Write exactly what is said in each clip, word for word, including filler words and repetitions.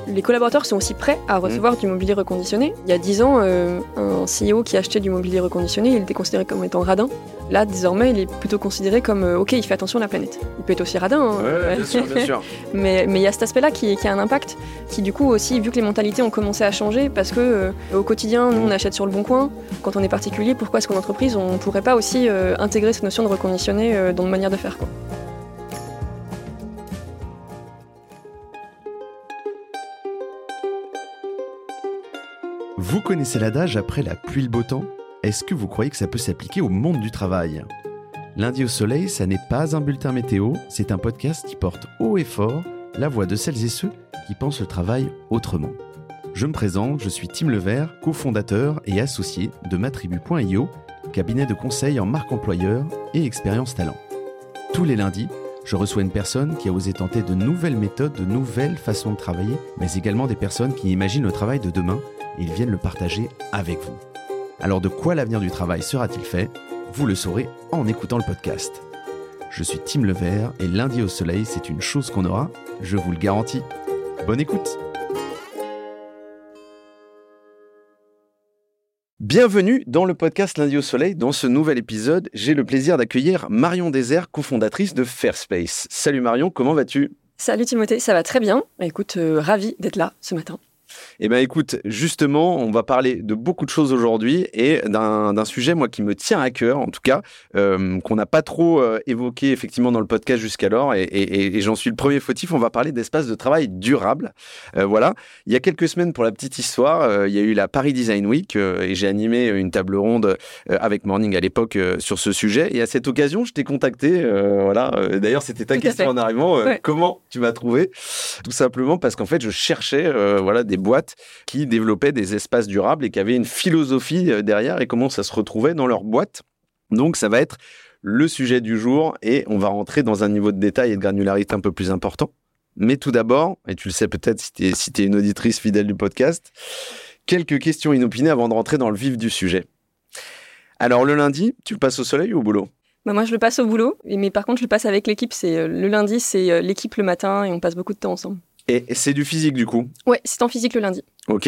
les collaborateurs sont aussi prêts à recevoir mmh. du mobilier reconditionné. Il y a dix ans, euh, un C E O qui achetait du mobilier reconditionné, il était considéré comme étant radin. Là, désormais, il est plutôt considéré comme euh, ok, il fait attention à la planète. Il peut être aussi radin. Hein, ouais, bien sûr, bien sûr. mais mais il y a cet aspect-là qui, qui a un impact, qui du coup aussi, vu que les mentalités ont commencé à changer, parce que euh, au quotidien, nous on achète sur le Bon Coin. Quand on est particulier, pourquoi est-ce qu'en entreprise on pourrait pas aussi euh, intégrer cette notion de reconditionné euh, dans notre manière de faire, quoi. Vous connaissez l'adage après la pluie le beau temps ? Est-ce que vous croyez que ça peut s'appliquer au monde du travail ? Lundi au soleil, ça n'est pas un bulletin météo, c'est un podcast qui porte haut et fort la voix de celles et ceux qui pensent le travail autrement. Je me présente, je suis Tim Levert, cofondateur et associé de matribu point i o, cabinet de conseil en marque employeur et expérience talent. Tous les lundis, je reçois une personne qui a osé tenter de nouvelles méthodes, de nouvelles façons de travailler, mais également des personnes qui imaginent le travail de demain et ils viennent le partager avec vous. Alors de quoi l'avenir du travail sera-t-il fait ? Vous le saurez en écoutant le podcast. Je suis Tim Levert et lundi au soleil, c'est une chose qu'on aura, je vous le garantis. Bonne écoute ! Bienvenue dans le podcast Lundi au soleil. Dans ce nouvel épisode, j'ai le plaisir d'accueillir Marion Désert, cofondatrice de Fairspace. Salut Marion, comment vas-tu ? Salut Timothée, ça va très bien. Écoute, euh, ravi d'être là ce matin. Eh bien écoute, justement, on va parler de beaucoup de choses aujourd'hui et d'un, d'un sujet, moi, qui me tient à cœur, en tout cas, euh, qu'on n'a pas trop euh, évoqué effectivement dans le podcast jusqu'alors et, et, et j'en suis le premier fautif. On va parler d'espace de travail durable. Euh, voilà. Il y a quelques semaines, pour la petite histoire, euh, il y a eu la Paris Design Week euh, et j'ai animé une table ronde euh, avec Morning à l'époque euh, sur ce sujet. Et à cette occasion, je t'ai contacté. Euh, voilà. Euh, d'ailleurs, c'était ta tout question en arrivant. Euh, ouais. Comment tu m'as trouvé ? Tout simplement parce qu'en fait, je cherchais euh, voilà, des boîtes qui développaient des espaces durables et qui avaient une philosophie derrière et comment ça se retrouvait dans leur boîte. Donc, ça va être le sujet du jour et on va rentrer dans un niveau de détail et de granularité un peu plus important. Mais tout d'abord, et tu le sais peut-être si tu es si tu es une auditrice fidèle du podcast, quelques questions inopinées avant de rentrer dans le vif du sujet. Alors, le lundi, tu le passes au soleil ou au boulot ? Bah moi, je le passe au boulot, mais par contre, je le passe avec l'équipe. C'est, le lundi, c'est l'équipe le matin et on passe beaucoup de temps ensemble. Et c'est du physique, du coup ? Ouais, c'est en physique le lundi. Ok.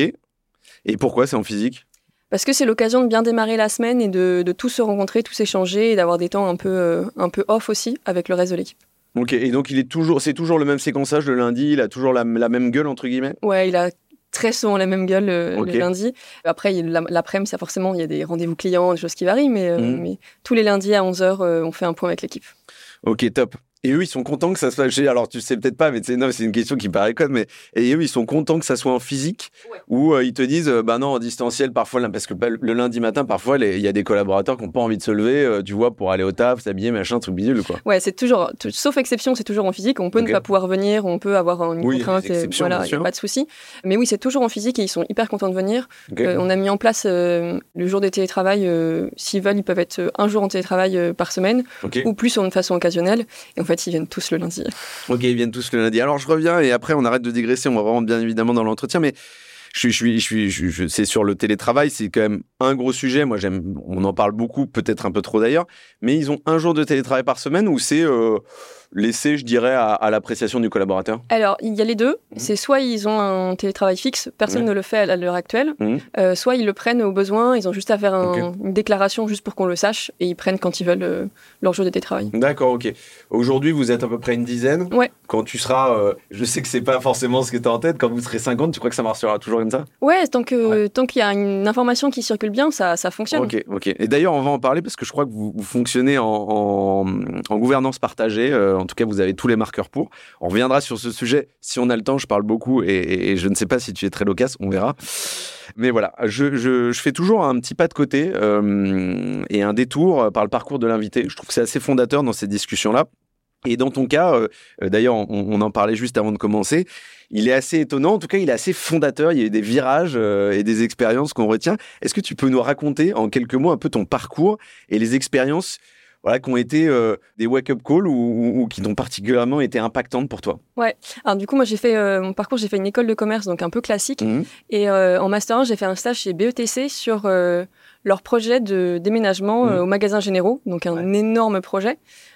Et pourquoi c'est en physique ? Parce que c'est l'occasion de bien démarrer la semaine et de, de tous se rencontrer, tous échanger et d'avoir des temps un peu, euh, un peu off aussi avec le reste de l'équipe. Ok, et donc il est toujours, c'est toujours le même séquençage le lundi, il a toujours la, la même gueule, entre guillemets ? Ouais, il a très souvent la même gueule euh, okay. le lundi. Après, il, l'après-midi, ça forcément, il y a des rendez-vous clients, des choses qui varient, mais, euh, mmh. mais tous les lundis à onze heures, euh, on fait un point avec l'équipe. Ok, top. Et eux, ils sont contents que ça soit... Alors, tu sais peut-être pas, mais c'est, non, c'est une question qui paraît conne, mais et eux, ils sont contents que ça soit en physique ouais. Ou euh, ils te disent, euh, bah non, en distanciel, parfois, parce que bah, le lundi matin, parfois, il y a des collaborateurs qui n'ont pas envie de se lever, euh, tu vois, pour aller au taf, s'habiller, machin, truc bidule, quoi. Ouais, c'est toujours, t- sauf exception, c'est toujours en physique. On peut okay. ne pas pouvoir venir, on peut avoir une oui, contrainte, et, voilà, il n'y a pas de souci. Mais oui, c'est toujours en physique et ils sont hyper contents de venir. Okay. Euh, on a mis en place euh, le jour de télétravail. Euh, s'ils veulent, ils peuvent être un jour en télétravail euh, par semaine okay. ou plus de façon occasionnelle. Et en fait, ils viennent tous le lundi. Ok, ils viennent tous le lundi. Alors, je reviens et après, on arrête de digresser. On va vraiment bien évidemment dans l'entretien, mais je suis, je suis, je suis, je, je, c'est sur le télétravail. C'est quand même un gros sujet. Moi, j'aime. On en parle beaucoup, peut-être un peu trop d'ailleurs. Mais ils ont un jour de télétravail par semaine ou c'est euh, laissé, je dirais, à, à l'appréciation du collaborateur ? Alors, il y a les deux. Mmh. C'est soit ils ont un télétravail fixe, personne mmh. ne le fait à l'heure actuelle, mmh. euh, soit ils le prennent au besoin, ils ont juste à faire un, okay. une déclaration juste pour qu'on le sache, et ils prennent quand ils veulent euh, leur jour de télétravail. D'accord, ok. Aujourd'hui, vous êtes à peu près une dizaine. Ouais. Quand tu seras, euh, je sais que c'est pas forcément ce que tu as en tête, quand vous serez cinquante, tu crois que ça marchera toujours comme ça ? Ouais, tant, que, ouais. tant qu'il y a une information qui circule bien, ça, ça fonctionne. Ok, ok. Et d'ailleurs, on va en parler parce que je crois que vous, vous fonctionnez en, en, en gouvernance partagée. Euh, en tout cas, vous avez tous les marqueurs pour. On reviendra sur ce sujet si on a le temps. Je parle beaucoup et, et, et je ne sais pas si tu es très loquace. On verra. Mais voilà, je, je, je fais toujours un petit pas de côté euh, et un détour par le parcours de l'invité. Je trouve que c'est assez fondateur dans ces discussions-là. Et dans ton cas, euh, d'ailleurs, on, on en parlait juste avant de commencer, il est assez étonnant, en tout cas, il est assez fondateur, il y a eu des virages euh, et des expériences qu'on retient. Est-ce que tu peux nous raconter en quelques mots un peu ton parcours et les expériences voilà, qui ont été euh, des wake-up calls ou, ou, ou qui t'ont particulièrement été impactantes pour toi ? Ouais, alors du coup, moi, j'ai fait euh, mon parcours, j'ai fait une école de commerce, donc un peu classique. Mmh. Et euh, en Master un, j'ai fait un stage chez B E T C sur euh, leur projet de déménagement mmh. euh, aux magasins généraux, donc un ouais. énorme projet.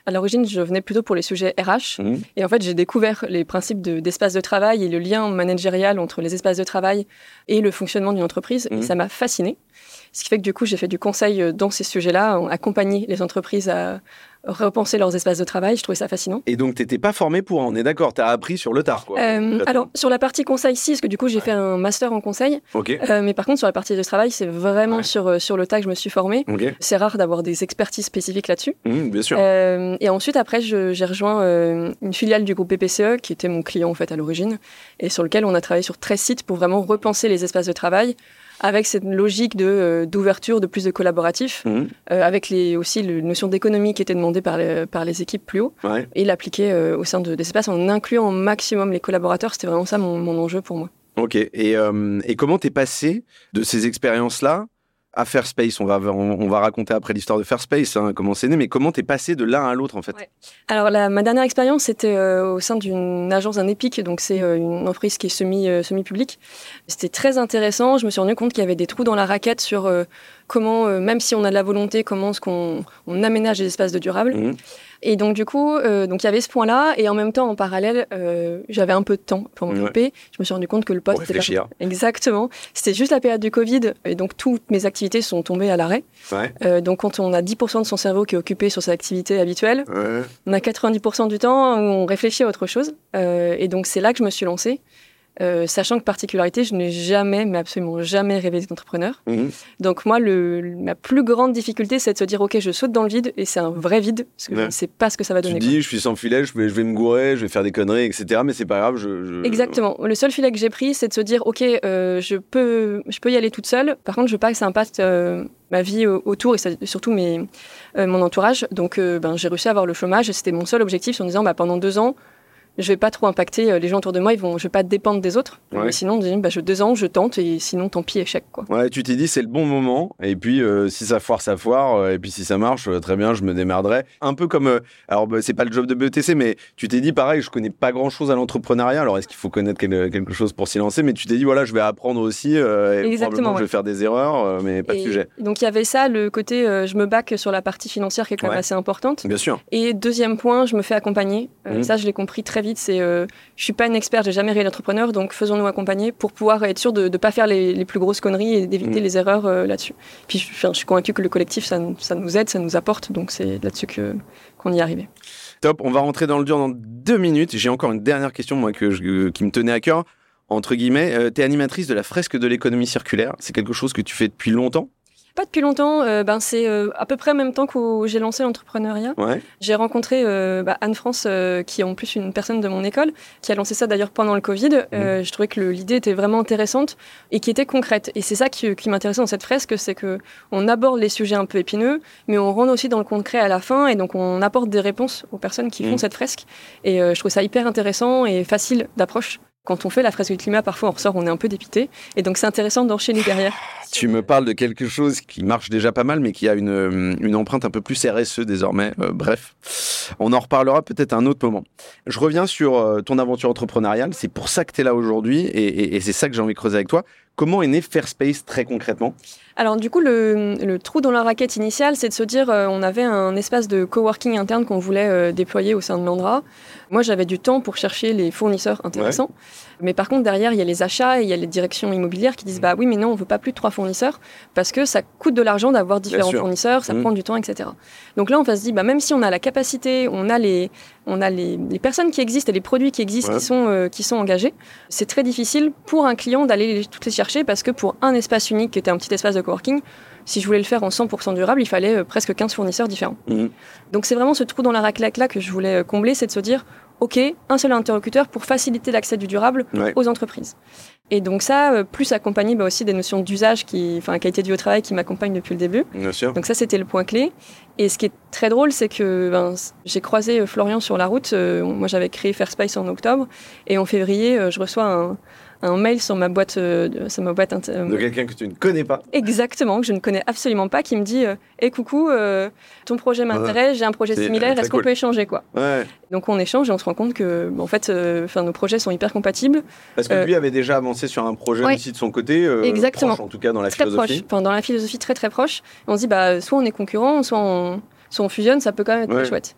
À l'origine, je venais plutôt pour les sujets R H. Mmh. Et en fait, j'ai découvert les principes de, d'espace de travail et le lien managérial entre les espaces de travail et le fonctionnement d'une entreprise. Mmh. Et ça m'a fascinée. Ce qui fait que du coup, j'ai fait du conseil dans ces sujets-là, accompagner les entreprises à repenser leurs espaces de travail. Je trouvais ça fascinant. Et donc, tu n'étais pas formé pour, on est d'accord, tu as appris sur le tard, quoi. Euh, alors, sur la partie conseil, si, parce que du coup, j'ai ouais. fait un master en conseil. Okay. Euh, mais par contre, sur la partie de travail, c'est vraiment ouais. sur, sur le tas que je me suis formée. Okay. C'est rare d'avoir des expertises spécifiques là-dessus. Mmh, bien sûr. Euh, et ensuite, après, je, j'ai rejoint euh, une filiale du groupe P P C E, qui était mon client, en fait, à l'origine, et sur lequel on a travaillé sur treize sites pour vraiment repenser les espaces de travail, avec cette logique de, euh, d'ouverture, de plus de collaboratifs, mmh. euh, avec les, aussi la notion d'économie qui était demandée par les, par les équipes plus haut, ouais. et l'appliquer euh, au sein de, des espaces en incluant au maximum les collaborateurs. C'était vraiment ça mon, mon enjeu pour moi. Ok, et, euh, et comment t'es passé de ces expériences-là à Fairspace? On va, on, on va raconter après l'histoire de Fairspace, hein, comment c'est né, mais comment t'es passé de l'un à l'autre en fait? Ouais. Alors la, ma dernière expérience, c'était euh, au sein d'une agence, un EPIC, donc c'est euh, une entreprise qui est semi, euh, semi-publique. C'était très intéressant, je me suis rendu compte qu'il y avait des trous dans la raquette sur euh, comment, euh, même si on a de la volonté, comment est-ce qu'on on aménage des espaces de durable. Mmh. Et donc du coup, euh, donc il y avait ce point-là, et en même temps, en parallèle, euh, j'avais un peu de temps pour m'occuper. Ouais. Je me suis rendu compte que le poste était réfléchir. Pas... Exactement. C'était juste la période du Covid, et donc toutes mes activités sont tombées à l'arrêt. Ouais. Euh, donc quand on a dix pour cent de son cerveau qui est occupé sur ses activités habituelles, ouais. on a quatre-vingt-dix pour cent du temps où on réfléchit à autre chose. Euh, et donc c'est là que je me suis lancée. Euh, sachant que particularité, je n'ai jamais, mais absolument jamais rêvé d'être entrepreneur. Mmh. Donc moi, le, ma plus grande difficulté, c'est de se dire, ok, je saute dans le vide, et c'est un vrai vide, parce que ouais. je ne sais pas ce que ça va donner. Tu dis, quoi. Je suis sans filet, je vais, je vais me gourer, je vais faire des conneries, et cetera. Mais c'est pas grave. Je, je... Exactement. Le seul filet que j'ai pris, c'est de se dire, ok, euh, je peux, je peux y aller toute seule. Par contre, je veux pas que ça impacte euh, ma vie euh, autour, et ça, surtout mes, euh, mon entourage. Donc, euh, ben, j'ai réussi à avoir le chômage, et c'était mon seul objectif, en disant, bah, pendant deux ans, je vais pas trop impacter les gens autour de moi, ils vont, je vais pas dépendre des autres. Ouais. Mais sinon, bah, je, deux ans, je tente, et sinon, tant pis, échec, quoi. Ouais, tu t'es dit, c'est le bon moment, et puis euh, si ça foire, ça foire, euh, et puis si ça marche, euh, très bien, je me démerderai. Un peu comme, euh, alors bah, c'est pas le job de B E T C, mais tu t'es dit, pareil, je connais pas grand-chose à l'entrepreneuriat, alors est-ce qu'il faut connaître quel, quelque chose pour s'y lancer? Mais tu t'es dit, voilà, je vais apprendre aussi, euh, et Exactement, probablement ouais. je vais faire des erreurs, euh, mais pas et de sujet. Donc il y avait ça, le côté, euh, je me back sur la partie financière qui est quand même ouais. assez importante. Bien sûr. Et deuxième point, je me fais accompagner. Euh, mmh. Ça, je l'ai compris très vite, c'est... Euh, je suis pas une experte, j'ai jamais réalisé d'entrepreneur, donc faisons-nous accompagner pour pouvoir être sûr de ne pas faire les, les plus grosses conneries et d'éviter mmh. les erreurs euh, là-dessus. Puis je, je suis convaincue que le collectif, ça, ça nous aide, ça nous apporte, donc c'est là-dessus que, qu'on y est arrivé. Top, on va rentrer dans le dur dans deux minutes. J'ai encore une dernière question, moi, que je, qui me tenait à cœur, entre guillemets. Euh, tu es animatrice de la fresque de l'économie circulaire. C'est quelque chose que tu fais depuis longtemps? Pas depuis longtemps, euh, ben c'est euh, à peu près en même temps que j'ai lancé l'entrepreneuriat. Ouais. J'ai rencontré euh, bah, Anne-France, euh, qui est en plus une personne de mon école, qui a lancé ça d'ailleurs pendant le Covid. Mmh. Euh, je trouvais que le, l'idée était vraiment intéressante et qui était concrète. Et c'est ça qui, qui m'intéressait dans cette fresque, c'est qu'on aborde les sujets un peu épineux, mais on rentre aussi dans le concret à la fin, et donc on apporte des réponses aux personnes qui mmh. font cette fresque. Et euh, je trouve ça hyper intéressant et facile d'approche. Quand on fait la fresque du climat, parfois on ressort, on est un peu dépité. Et donc c'est intéressant d'enchaîner derrière. Tu me parles de quelque chose qui marche déjà pas mal, mais qui a une, une empreinte un peu plus R S E désormais. Euh, bref, on en reparlera peut-être à un autre moment. Je reviens sur euh, ton aventure entrepreneuriale. C'est pour ça que tu es là aujourd'hui, et, et, et c'est ça que j'ai envie de creuser avec toi. Comment est né Fairspace très concrètement? Alors du coup, le, le trou dans la raquette initiale, c'est de se dire, euh, on avait un espace de coworking interne qu'on voulait euh, déployer au sein de Landra. Moi, j'avais du temps pour chercher les fournisseurs intéressants. Ouais. Mais par contre, derrière, il y a les achats et il y a les directions immobilières qui disent, bah oui, mais non, on veut pas plus de trois fournisseurs parce que ça coûte de l'argent d'avoir différents fournisseurs, ça mmh. prend du temps, et cetera. Donc là, on va se dire, bah même si on a la capacité, on a les, on a les, les personnes qui existent et les produits qui existent, ouais. qui sont, euh, qui sont engagés, c'est très difficile pour un client d'aller les, toutes les chercher parce que pour un espace unique qui était un petit espace de coworking, si je voulais le faire en cent pour cent durable, il fallait euh, presque quinze fournisseurs différents. Mmh. Donc c'est vraiment ce trou dans la raquette là que je voulais euh, combler, c'est de se dire, ok, un seul interlocuteur pour faciliter l'accès du durable ouais. aux entreprises. Et donc ça, euh, plus accompagné bah, aussi des notions d'usage, qui, enfin qualité de vie au travail qui m'accompagne depuis le début. Bien sûr. Donc ça, c'était le point clé. Et ce qui est très drôle, c'est que ben, j'ai croisé Florian sur la route. Euh, moi, j'avais créé Fairspace en octobre. Et en février, euh, je reçois un... un mail sur ma boîte, euh, sur ma boîte inter... de quelqu'un que tu ne connais pas. Exactement, que je ne connais absolument pas, qui me dit euh, « Hé, hey, coucou, euh, ton projet m'intéresse, ouais. j'ai un projet c'est similaire, est-ce qu'on cool. peut échanger » quoi. Ouais. Donc on échange et on se rend compte que en fait, euh, nos projets sont hyper compatibles. Parce que euh, lui avait déjà avancé sur un projet ouais. aussi de son côté, euh, Exactement. proche en tout cas dans la très philosophie. Proche. Enfin, dans la philosophie très très proche. Et on se dit, bah, soit on est concurrents, soit on, soit on fusionne, ça peut quand même être ouais. chouette.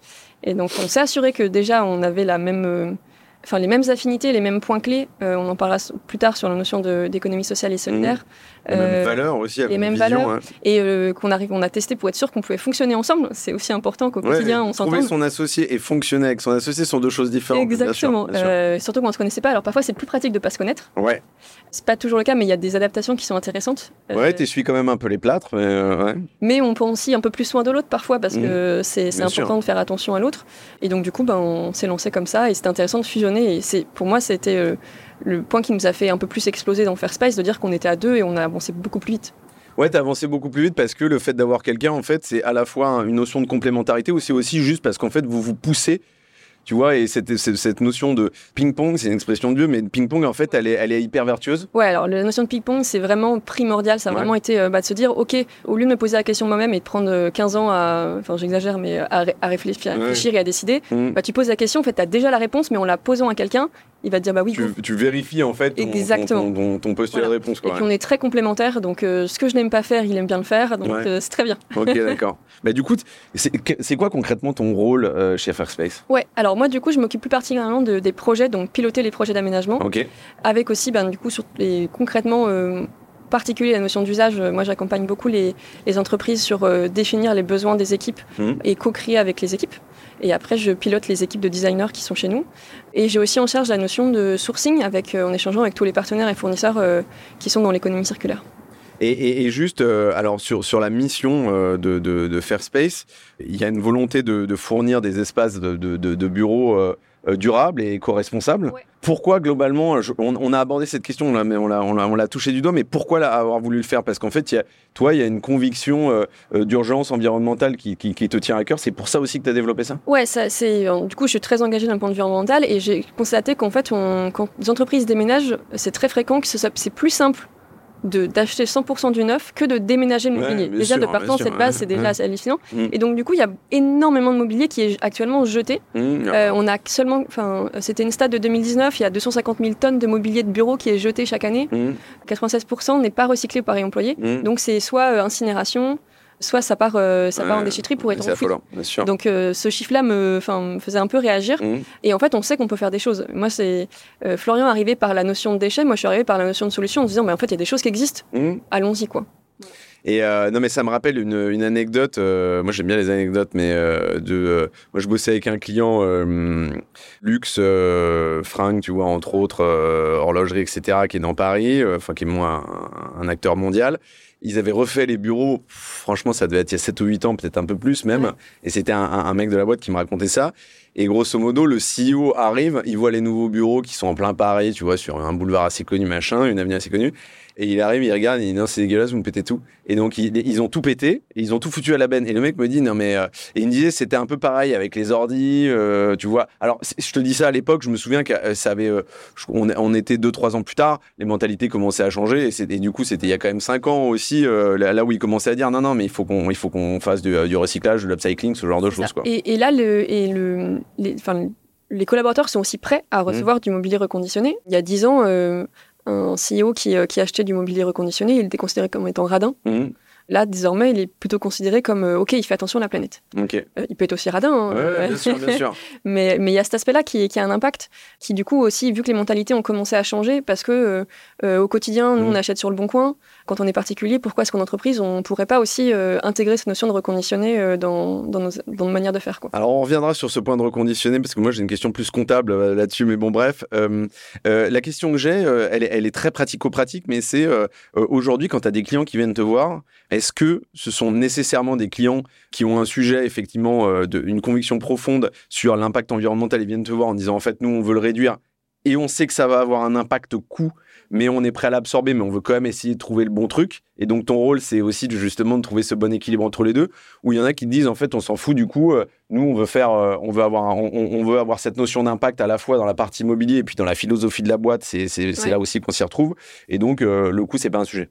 Et donc, on s'est assuré que déjà, on avait la même, euh, enfin, les mêmes affinités, les mêmes points clés. Euh, on en parlera plus tard sur la notion de, d'économie sociale et solidaire. Mmh. Les euh, mêmes valeurs aussi, les mêmes vision, valeurs. Hein. Et euh, qu'on arrive, on a testé pour être sûr qu'on pouvait fonctionner ensemble. C'est aussi important qu'au ouais, quotidien, on s'entende. Trouver son associé et fonctionner avec son associé sont deux choses différentes. Exactement. Bien sûr, bien euh, surtout quand on ne se connaissait pas. Alors parfois, c'est plus pratique de ne pas se connaître. Ouais. C'est pas toujours le cas, mais il y a des adaptations qui sont intéressantes. Ouais, euh, t'essuies quand même un peu les plâtres. Mais, euh, ouais. mais on prend aussi un peu plus soin de l'autre parfois parce mmh. que c'est, c'est important sûr. de faire attention à l'autre. Et donc du coup, ben, on s'est lancé comme ça et c'était intéressant de fusionner. Et c'est, pour moi, c'était euh, le point qui nous a fait un peu plus exploser dans Fairspace, de dire qu'on était à deux et on a avancé beaucoup plus vite. Ouais, t'as avancé beaucoup plus vite parce que le fait d'avoir quelqu'un, en fait, c'est à la fois une notion de complémentarité ou c'est aussi juste parce qu'en fait, vous vous poussez. Tu vois, et cette, cette notion de ping-pong, c'est une expression de vieux, mais ping-pong, en fait, elle est, elle est hyper vertueuse. Ouais, alors la notion de ping-pong, c'est vraiment primordial. Ça a ouais. vraiment été euh, bah, de se dire, OK, au lieu de me poser la question moi-même et de prendre quinze ans à, enfin j'exagère, mais à, à réfléchir, à réfléchir ouais. et à décider, mmh. bah, tu poses la question, en fait, t'as déjà la réponse, mais en la posant à quelqu'un, il va te dire, bah oui. Tu, tu vérifies, en fait, ton, Exactement. ton, ton, ton postulat voilà. de réponse. Quoi, et ouais. puis on est très complémentaires, donc euh, ce que je n'aime pas faire, il aime bien le faire, donc ouais. euh, c'est très bien. Ok, d'accord. Bah, du coup, c'est, c'est quoi concrètement ton rôle euh, chez Fairspace ? Ouais, alors moi, du coup, je m'occupe plus particulièrement de, des projets, donc piloter les projets d'aménagement, okay. avec aussi, ben, du coup, sur les, concrètement, euh, particulier la notion d'usage. Moi, j'accompagne beaucoup les, les entreprises sur euh, définir les besoins des équipes mmh. et co-créer avec les équipes. Et après, je pilote les équipes de designers qui sont chez nous. Et j'ai aussi en charge la notion de sourcing, avec, euh, en échangeant avec tous les partenaires et fournisseurs euh, qui sont dans l'économie circulaire. Et, et, et juste, euh, alors sur, sur la mission euh, de, de, de Fairspace, il y a une volonté de, de fournir des espaces de, de, de bureaux euh, euh, durables et éco-responsables. Ouais. Pourquoi globalement, je, on, on a abordé cette question, on l'a, on, l'a, on, l'a, on l'a touché du doigt, mais pourquoi là, avoir voulu le faire ? Parce qu'en fait, y a, toi, il y a une conviction euh, d'urgence environnementale qui, qui, qui te tient à cœur. C'est pour ça aussi que tu as développé ça ? Ouais, ça, c'est, du coup, je suis très engagée d'un point de vue environnemental et j'ai constaté qu'en fait, on, quand les entreprises déménagent, c'est très fréquent que ce, c'est plus simple De, d'acheter cent pour cent du neuf que de déménager le mobilier. Ouais, déjà, sûr, de partant, cette base, ouais, c'est déjà ouais. hallucinant. Mmh. Et donc, du coup, il y a énormément de mobilier qui est actuellement jeté. Mmh, euh, on a seulement, enfin, c'était une stat de deux mille dix-neuf, il y a deux cent cinquante mille tonnes de mobilier de bureau qui est jeté chaque année. Mmh. quatre-vingt-seize pour cent n'est pas recyclé par réemployé. Mmh. Donc, c'est soit euh, incinération, soit ça part, euh, ça ouais, part en déchetterie pour être enfoui. Donc euh, ce chiffre-là me, me faisait un peu réagir. Mmh. Et en fait, on sait qu'on peut faire des choses. Moi, c'est euh, Florian arrivé par la notion de déchets. Moi, je suis arrivée par la notion de solution en se disant, mais en fait, il y a des choses qui existent. Mmh. Allons-y, quoi. Et euh, non, mais ça me rappelle une, une anecdote. Euh, moi, j'aime bien les anecdotes, mais euh, de. Euh, moi, je bossais avec un client euh, luxe, euh, fringues, tu vois, entre autres, euh, horlogerie, et cetera, qui est dans Paris, enfin, euh, qui est moi un, un acteur mondial. Ils avaient refait les bureaux, franchement, ça devait être il y a sept ou huit ans, peut-être un peu plus même. Ouais. Et c'était un, un mec de la boîte qui me racontait ça. Et grosso modo, le C E O arrive, il voit les nouveaux bureaux qui sont en plein Paris, tu vois, sur un boulevard assez connu, machin, une avenue assez connue. Et il arrive, il regarde, il dit non, c'est dégueulasse, vous me pétez tout. Et donc, ils, ils ont tout pété, et ils ont tout foutu à la benne. Et le mec me dit, non, mais. Euh... Et il me disait, c'était un peu pareil avec les ordis, euh, tu vois. Alors, je te dis ça à l'époque, je me souviens que ça avait. Euh, on, on était deux, trois ans plus tard, les mentalités commençaient à changer, et, et du coup, c'était il y a quand même cinq ans aussi, euh, là où ils commençaient à dire, non, non, mais il faut qu'on, il faut qu'on fasse du, du recyclage, de l'upcycling, ce genre de choses, quoi. Et, et là, le. Et le les, les collaborateurs sont aussi prêts à recevoir mmh. du mobilier reconditionné. Il y a dix ans, euh, un C E O qui, euh, qui achetait du mobilier reconditionné, il était considéré comme étant radin. Mmh. Là, désormais, il est plutôt considéré comme euh, OK, il fait attention à la planète. Okay. Euh, il peut être aussi radin. Hein, ouais, bien sûr, bien sûr. mais mais il y a cet aspect-là qui, qui a un impact, qui du coup aussi, vu que les mentalités ont commencé à changer, parce que euh, euh, au quotidien, nous, mmh. on achète sur le Bon Coin. Quand on est particulier, pourquoi est-ce qu'en entreprise, on ne pourrait pas aussi euh, intégrer cette notion de reconditionner euh, dans, dans, nos, dans nos manières de faire, quoi. Alors, on reviendra sur ce point de reconditionner, parce que moi, j'ai une question plus comptable euh, là-dessus, mais bon, bref. Euh, euh, la question que j'ai, euh, elle, elle est très pratico-pratique, mais c'est euh, euh, aujourd'hui, quand tu as des clients qui viennent te voir, est-ce que ce sont nécessairement des clients qui ont un sujet, effectivement, euh, de, une conviction profonde sur l'impact environnemental et viennent te voir en disant, en fait, nous, on veut le réduire et on sait que ça va avoir un impact coût, mais on est prêt à l'absorber, mais on veut quand même essayer de trouver le bon truc. Et donc, ton rôle, c'est aussi de, justement de trouver ce bon équilibre entre les deux, où il y en a qui te disent, en fait, on s'en fout du coup, euh, nous, on veut faire, euh, on veut avoir, un, on, on veut avoir cette notion d'impact à la fois dans la partie immobilier et puis dans la philosophie de la boîte, c'est, c'est, c'est ouais. là aussi qu'on s'y retrouve. Et donc, euh, le coût, c'est pas un sujet.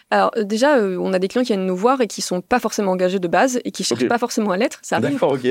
Alors euh, déjà, euh, on a des clients qui viennent nous voir et qui sont pas forcément engagés de base et qui cherchent okay. pas forcément à l'être. Ça arrive. D'accord, ok.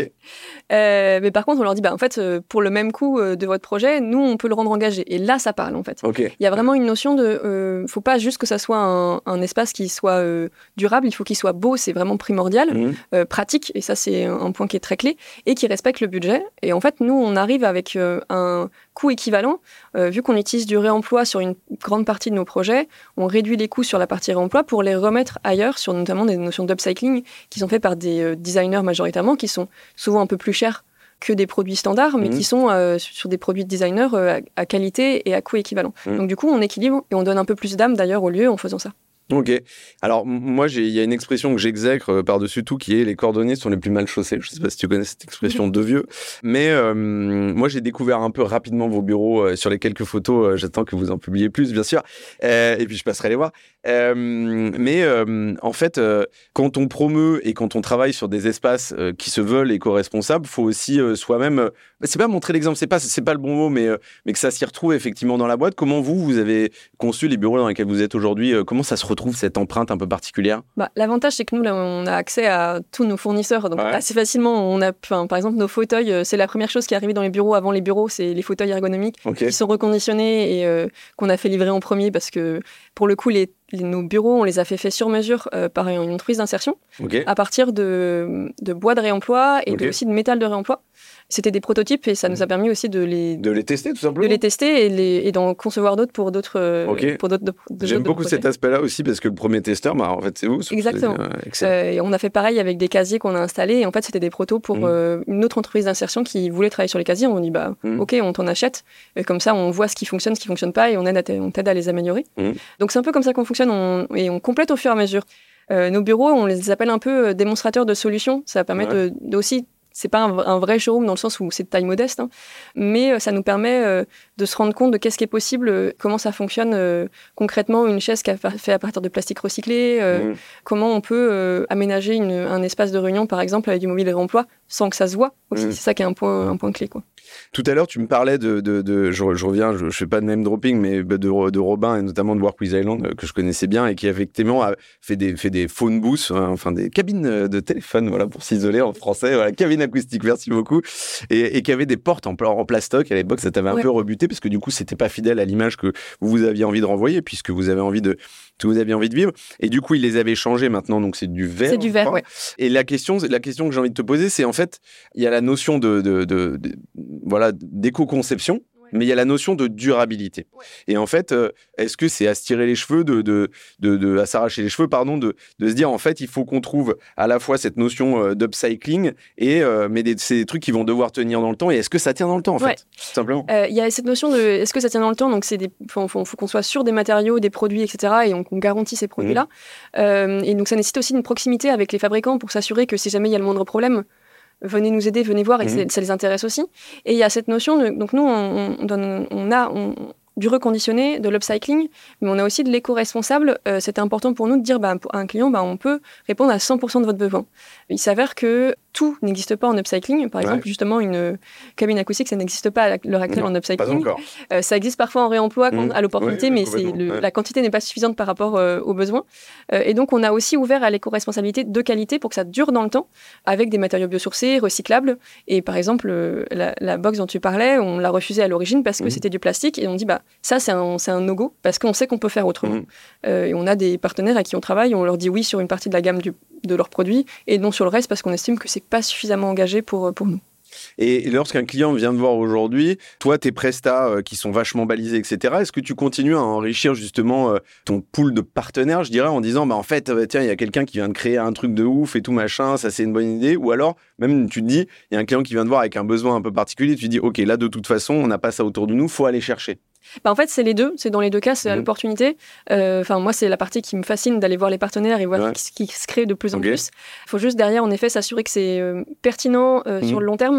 Euh, mais par contre, on leur dit, bah en fait, euh, pour le même coût euh, de votre projet, nous, on peut le rendre engagé. Et là, ça parle en fait. Okay. Il y a vraiment une notion de, euh, faut pas juste que ça soit un, un espace qui soit euh, durable. Il faut qu'il soit beau. C'est vraiment primordial, mmh. euh, pratique. Et ça, c'est un point qui est très clé et qui respecte le budget. Et en fait, nous, on arrive avec euh, un coût équivalent, euh, vu qu'on utilise du réemploi sur une grande partie de nos projets, on réduit les coûts sur la partie réemploi pour les remettre ailleurs, sur notamment des notions d'upcycling qui sont faites par des euh, designers majoritairement, qui sont souvent un peu plus chers que des produits standards, mais mmh. qui sont euh, sur des produits de designers euh, à, à qualité et à coût équivalent. Mmh. Donc du coup, on équilibre et on donne un peu plus d'âme d'ailleurs au lieu en faisant ça. Ok. Alors, moi, il y a une expression que j'exècre euh, par-dessus tout qui est « les cordonniers sont les plus mal chaussés ». Je ne sais pas si tu connais cette expression de vieux. Mais euh, moi, j'ai découvert un peu rapidement vos bureaux euh, sur les quelques photos. Euh, j'attends que vous en publiez plus, bien sûr. Euh, et puis, je passerai les voir. Euh, mais euh, en fait, euh, quand on promeut et quand on travaille sur des espaces euh, qui se veulent éco-responsables, il faut aussi euh, soi-même... Euh, c'est pas montrer l'exemple, c'est pas, c'est pas le bon mot, mais, euh, mais que ça s'y retrouve effectivement dans la boîte. Comment vous, vous avez conçu les bureaux dans lesquels vous êtes aujourd'hui? euh, Comment ça se retrouve cette empreinte un peu particulière? Bah, l'avantage, c'est que nous, là, on a accès à tous nos fournisseurs. Donc, ouais. assez facilement, on a, par exemple, nos fauteuils, c'est la première chose qui est arrivée dans les bureaux avant les bureaux, c'est les fauteuils ergonomiques okay. qui sont reconditionnés et euh, qu'on a fait livrer en premier parce que, pour le coup, les, les, nos bureaux, on les a fait faits sur mesure euh, par une entreprise d'insertion okay. à partir de, de bois de réemploi et okay. de, aussi de métal de réemploi. C'était des prototypes et ça nous a permis aussi de les... De les tester, tout simplement. De les tester et, les, et d'en concevoir d'autres pour d'autres... Okay. Pour d'autres, de, de, J'aime beaucoup cet aspect-là aussi parce que le premier testeur, bah, en fait, c'est vous. Exactement. C'est, euh, et on a fait pareil avec des casiers qu'on a installés et en fait, c'était des protos pour mmh. euh, une autre entreprise d'insertion qui voulait travailler sur les casiers. On dit, bah, mmh. OK, on t'en achète. Et comme ça, on voit ce qui fonctionne, ce qui ne fonctionne pas et on, aide à on t'aide à les améliorer. Mmh. Donc, c'est un peu comme ça qu'on fonctionne on, et on complète au fur et à mesure. Euh, nos bureaux, on les appelle un peu démonstrateurs de solutions. Ça permet ouais. de, de aussi... C'est pas un, un vrai showroom dans le sens où c'est de taille modeste, hein, mais euh, ça nous permet euh, de se rendre compte de qu'est-ce qui est possible, euh, comment ça fonctionne euh, concrètement, une chaise qui est faite à partir de plastique recyclé, euh, mmh. comment on peut euh, aménager une, un espace de réunion, par exemple, avec du mobile de réemploi, sans que ça se voit aussi. Mmh. C'est ça qui est un point, un point clé, quoi. Tout à l'heure, tu me parlais de, de, de je, je reviens, je, je fais pas de name dropping, mais de, de Robin et notamment de Work with Island que je connaissais bien et qui effectivement a fait des, fait des phone booths, hein, enfin des cabines de téléphone, voilà pour s'isoler en français, voilà cabine acoustique, merci beaucoup, et, et qui avait des portes en, en plastoc. À l'époque, ça t'avait un ouais. peu rebuté parce que du coup, c'était pas fidèle à l'image que vous aviez envie de renvoyer puisque vous avez envie de que vous aviez envie de vivre. Et du coup, ils les avaient changés maintenant, donc c'est du verre. C'est du verre, ouais. Et la question, la question que j'ai envie de te poser, c'est en fait, il y a la notion de, de, de, de voilà, d'éco-conception, ouais. mais il y a la notion de durabilité. Ouais. Et en fait, euh, est-ce que c'est à se tirer les cheveux, de, de, de, de, à s'arracher les cheveux, pardon, de, de se dire, en fait, il faut qu'on trouve à la fois cette notion euh, d'upcycling, et, euh, mais des, c'est des trucs qui vont devoir tenir dans le temps. Et est-ce que ça tient dans le temps, en ouais. fait, tout simplement? Il euh, y a cette notion de, est-ce que ça tient dans le temps? Donc, il faut, faut, faut qu'on soit sûr des matériaux, des produits, et cetera, et on, qu'on garantit ces produits-là. Mmh. Euh, et donc, ça nécessite aussi une proximité avec les fabricants pour s'assurer que si jamais il y a le moindre problème, venez nous aider, venez voir, et mmh. que ça les intéresse aussi. Et il y a cette notion de, donc nous, on, on, donne, on a on, du reconditionné, de l'upcycling, mais on a aussi de l'éco-responsable. Euh, c'était important pour nous de dire, bah, pour un client, bah, on peut répondre à cent pour cent de votre besoin. Il s'avère que tout n'existe pas en upcycling. Par exemple, ouais. justement, une cabine acoustique, ça n'existe pas à l'heure actuelle non, en upcycling. Pas encore. Euh, ça existe parfois en réemploi quand, mmh. à l'opportunité, ouais, mais c'est le, ouais. la quantité n'est pas suffisante par rapport euh, aux besoins. Euh, et donc, on a aussi ouvert à l'éco-responsabilité de qualité pour que ça dure dans le temps, avec des matériaux biosourcés, recyclables. Et par exemple, euh, la, la box dont tu parlais, on l'a refusée à l'origine parce que mmh. c'était du plastique. Et on dit, bah, ça, c'est un, c'est un no-go, parce qu'on sait qu'on peut faire autrement. Mmh. Euh, et on a des partenaires à qui on travaille, on leur dit oui sur une partie de la gamme du, de leurs produits, et non sur le reste, parce qu'on estime que c'est pas suffisamment engagé pour, pour nous. Et lorsqu'un client vient te voir aujourd'hui, toi, tes prestats euh, qui sont vachement balisés, et cetera, est-ce que tu continues à enrichir justement euh, ton pool de partenaires, je dirais, en disant, bah, en fait, euh, tiens, il y a quelqu'un qui vient de créer un truc de ouf et tout machin, ça c'est une bonne idée, ou alors, même tu te dis, il y a un client qui vient te voir avec un besoin un peu particulier, tu te dis, ok, là, de toute façon, on n'a pas ça autour de nous, faut aller chercher. Bah en fait, c'est les deux. C'est dans les deux cas, c'est mmh. l'opportunité. Enfin, euh, moi, c'est la partie qui me fascine d'aller voir les partenaires et voir ouais. ce qui se crée de plus en okay. plus. Il faut juste derrière, en effet, s'assurer que c'est euh, pertinent euh, mmh. sur le long terme,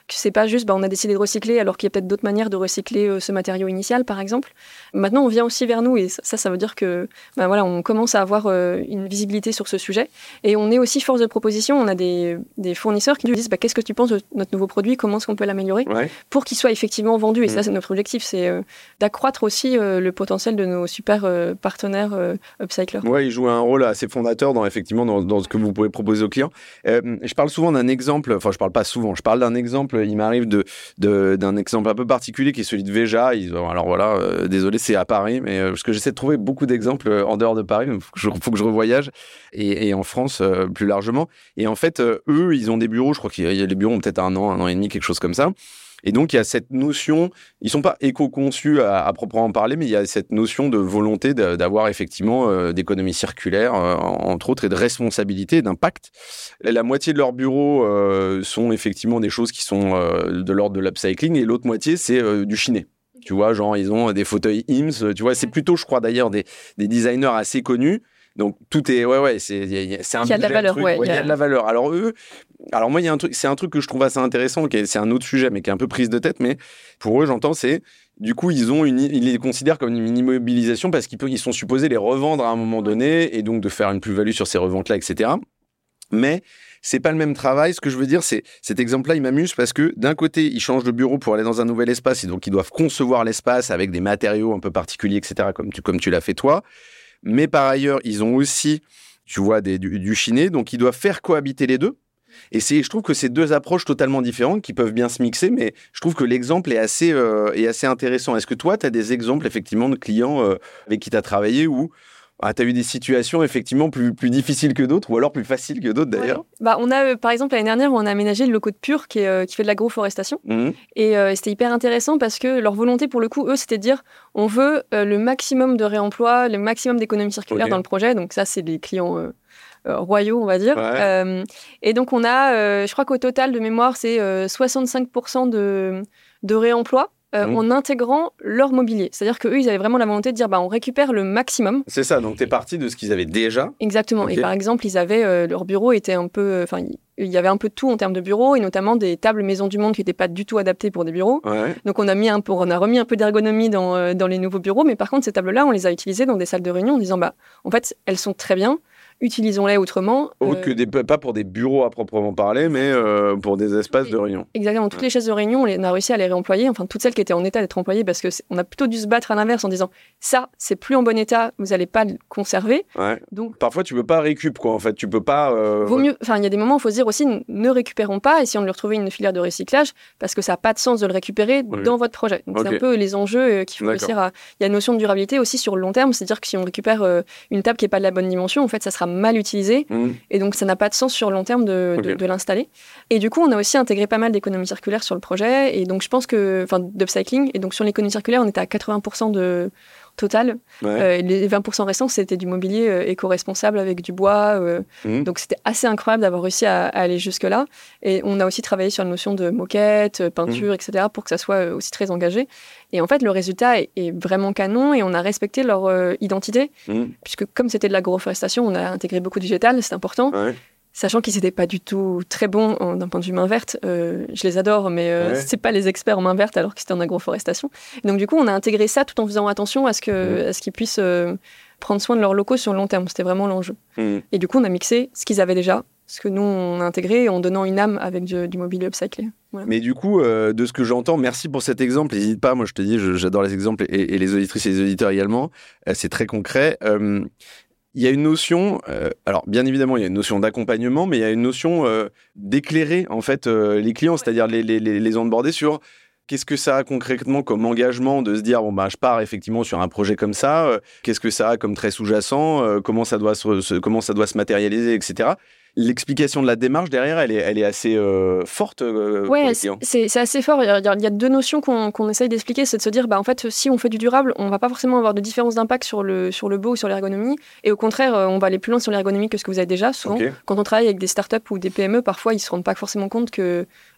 c'est pas juste, bah, on a décidé de recycler alors qu'il y a peut-être d'autres manières de recycler euh, ce matériau initial, par exemple. Maintenant, on vient aussi vers nous et ça, ça veut dire que bah, voilà, on commence à avoir euh, une visibilité sur ce sujet. Et on est aussi force de proposition. On a des, des fournisseurs qui nous disent bah, qu'est-ce que tu penses de notre nouveau produit, comment est-ce qu'on peut l'améliorer ouais. pour qu'il soit effectivement vendu. Et mmh. ça, c'est notre objectif, c'est euh, d'accroître aussi euh, le potentiel de nos super euh, partenaires euh, upcyclers. Oui, ils jouent un rôle assez fondateur dans, effectivement, dans, dans ce que vous pouvez proposer aux clients. Euh, je parle souvent d'un exemple, enfin je parle pas souvent, je parle d'un exemple, il m'arrive de, de, d'un exemple un peu particulier qui est celui de Veja. Ils, alors voilà, euh, désolé, c'est à Paris, mais euh, parce que j'essaie de trouver beaucoup d'exemples en dehors de Paris, il faut, faut que je revoyage, et, et en France euh, plus largement. Et en fait, euh, eux, ils ont des bureaux, je crois qu'il y a les bureaux ont peut-être un an, un an et demi, quelque chose comme ça. Et donc, il y a cette notion, ils ne sont pas éco-conçus à, à proprement parler, mais il y a cette notion de volonté de, d'avoir effectivement euh, d'économie circulaire, euh, entre autres, et de responsabilité, d'impact. La moitié de leurs bureaux euh, sont effectivement des choses qui sont euh, de l'ordre de l'upcycling, et l'autre moitié, c'est euh, du chiné. Tu vois, genre, ils ont des fauteuils I M S, tu vois, c'est plutôt, je crois d'ailleurs, des, des designers assez connus. Donc, tout est, ouais, ouais, c'est, c'est un il y a de la valeur, truc, ouais. ouais Il y, y a de la valeur. Alors, eux, alors moi, il y a un truc, c'est un truc que je trouve assez intéressant, qui est, c'est un autre sujet, mais qui est un peu prise de tête, mais pour eux, j'entends, c'est, du coup, ils ont une, ils les considèrent comme une immobilisation parce qu'ils peuvent, ils sont supposés les revendre à un moment donné et donc de faire une plus-value sur ces reventes-là, et cetera. Mais c'est pas le même travail. Ce que je veux dire, c'est cet exemple-là, il m'amuse parce que d'un côté, ils changent de bureau pour aller dans un nouvel espace et donc ils doivent concevoir l'espace avec des matériaux un peu particuliers, et cetera, comme tu, comme tu l'as fait toi. Mais par ailleurs, ils ont aussi, tu vois, des, du, du chiné, donc ils doivent faire cohabiter les deux. Et c'est, je trouve que c'est deux approches totalement différentes qui peuvent bien se mixer, mais je trouve que l'exemple est assez, euh, est assez intéressant. Est-ce que toi, tu as des exemples, effectivement, de clients euh, avec qui tu as travaillé où ah, tu as eu des situations, effectivement, plus, plus difficiles que d'autres, ou alors plus faciles que d'autres, d'ailleurs? Ouais. Bah, on a, euh, par exemple, l'année dernière, on a aménagé le loco de Pure, qui, est, euh, qui fait de l'agroforestation. Mmh. Et euh, c'était hyper intéressant parce que leur volonté, pour le coup, eux, c'était de dire on veut euh, le maximum de réemploi, le maximum d'économie circulaire okay. dans le projet. Donc ça, c'est des clients... Euh, Euh, royaux, on va dire. Ouais. Euh, et donc, on a, euh, je crois qu'au total, de mémoire, c'est euh, soixante-cinq pour cent de, de réemploi euh, mmh. en intégrant leur mobilier. C'est-à-dire qu'eux, ils avaient vraiment la volonté de dire bah, on récupère le maximum. C'est ça, donc tu es parti de ce qu'ils avaient déjà. Exactement. Okay. Et par exemple, ils avaient, euh, leur bureau était un peu... Enfin, il y avait un peu de tout en termes de bureaux, et notamment des tables Maison du Monde qui n'étaient pas du tout adaptées pour des bureaux. Ouais. Donc, on a, mis un peu, on a remis un peu d'ergonomie dans, euh, dans les nouveaux bureaux, mais par contre, ces tables-là, on les a utilisées dans des salles de réunion en disant bah, en fait, elles sont très bien, utilisons-les autrement. Autre euh... que des, pas pour des bureaux à proprement parler, mais euh, pour des espaces les, de réunion. Exactement. Toutes ouais. les chaises de réunion, on a réussi à les réemployer. Enfin, toutes celles qui étaient en état d'être employées, parce qu'on a plutôt dû se battre à l'inverse en disant ça, c'est plus en bon état, vous n'allez pas le conserver. Ouais. Donc, parfois, tu ne peux pas récup, quoi. En fait, tu peux pas. Euh... Vaut mieux. Enfin, il y a des moments où il faut se dire aussi ne récupérons pas, et si on lui retrouvait une filière de recyclage, parce que ça n'a pas de sens de le récupérer oui. dans votre projet. Donc, okay. c'est un peu les enjeux qu'il faut D'accord. réussir à. Il y a une notion de durabilité aussi sur le long terme, c'est-à-dire que si on récupère euh, une table qui n'est pas de la bonne dimension, en fait, ça sera mal utilisé. Mmh. Et donc, ça n'a pas de sens sur le long terme de, okay. de, de l'installer. Et du coup, on a aussi intégré pas mal d'économie circulaire sur le projet. Et donc, je pense que... Enfin, d'upcycling. Et donc, sur l'économie circulaire, on était à quatre-vingts pour cent de total. Ouais. Euh, et les vingt pour cent restants, c'était du mobilier euh, éco-responsable avec du bois. Euh, mmh. Donc, c'était assez incroyable d'avoir réussi à, à aller jusque-là. Et on a aussi travaillé sur la notion de moquette, peinture, mmh. et cetera, pour que ça soit aussi très engagé. Et en fait, le résultat est, est vraiment canon et on a respecté leur euh, identité, mmh. puisque comme c'était de l'agroforestation, on a intégré beaucoup de végétal, c'est important. Ouais. Sachant qu'ils n'étaient pas du tout très bons en, d'un point de vue main verte. Euh, je les adore, mais euh, ouais. c'est pas les experts en main verte alors que c'était en agroforestation. Et donc du coup, on a intégré ça tout en faisant attention à ce, que, mmh. à ce qu'ils puissent euh, prendre soin de leurs locaux sur le long terme. C'était vraiment l'enjeu. Mmh. Et du coup, on a mixé ce qu'ils avaient déjà, ce que nous, on a intégré en donnant une âme avec du, du mobilier upcyclé. Voilà. Mais du coup, euh, de ce que j'entends, merci pour cet exemple. N'hésite pas, moi je te dis, je, j'adore les exemples et, et les auditrices et les auditeurs également. Euh, c'est très concret. Euh, Il y a une notion, euh, alors bien évidemment, il y a une notion d'accompagnement, mais il y a une notion euh, d'éclairer en fait euh, les clients, c'est-à-dire les, les, les, les onboarder sur qu'est-ce que ça a concrètement comme engagement de se dire bon bah je pars effectivement sur un projet comme ça, euh, qu'est-ce que ça a comme trait sous-jacent, euh, comment ça doit se, se comment ça doit se matérialiser, et cetera. L'explication de la démarche derrière, elle est, elle est assez euh, forte euh, ouais, pour les clients. C'est, c'est assez fort. Il y, a, il y a deux notions qu'on, qu'on essaye d'expliquer. C'est de se dire, bah, en fait, si on fait du durable, on ne va pas forcément avoir de différence d'impact sur le, sur le beau ou sur l'ergonomie. Et au contraire, on va aller plus loin sur l'ergonomie que ce que vous avez déjà. Souvent, okay. Quand on travaille avec des startups ou des P M E, parfois, ils ne se rendent pas forcément compte que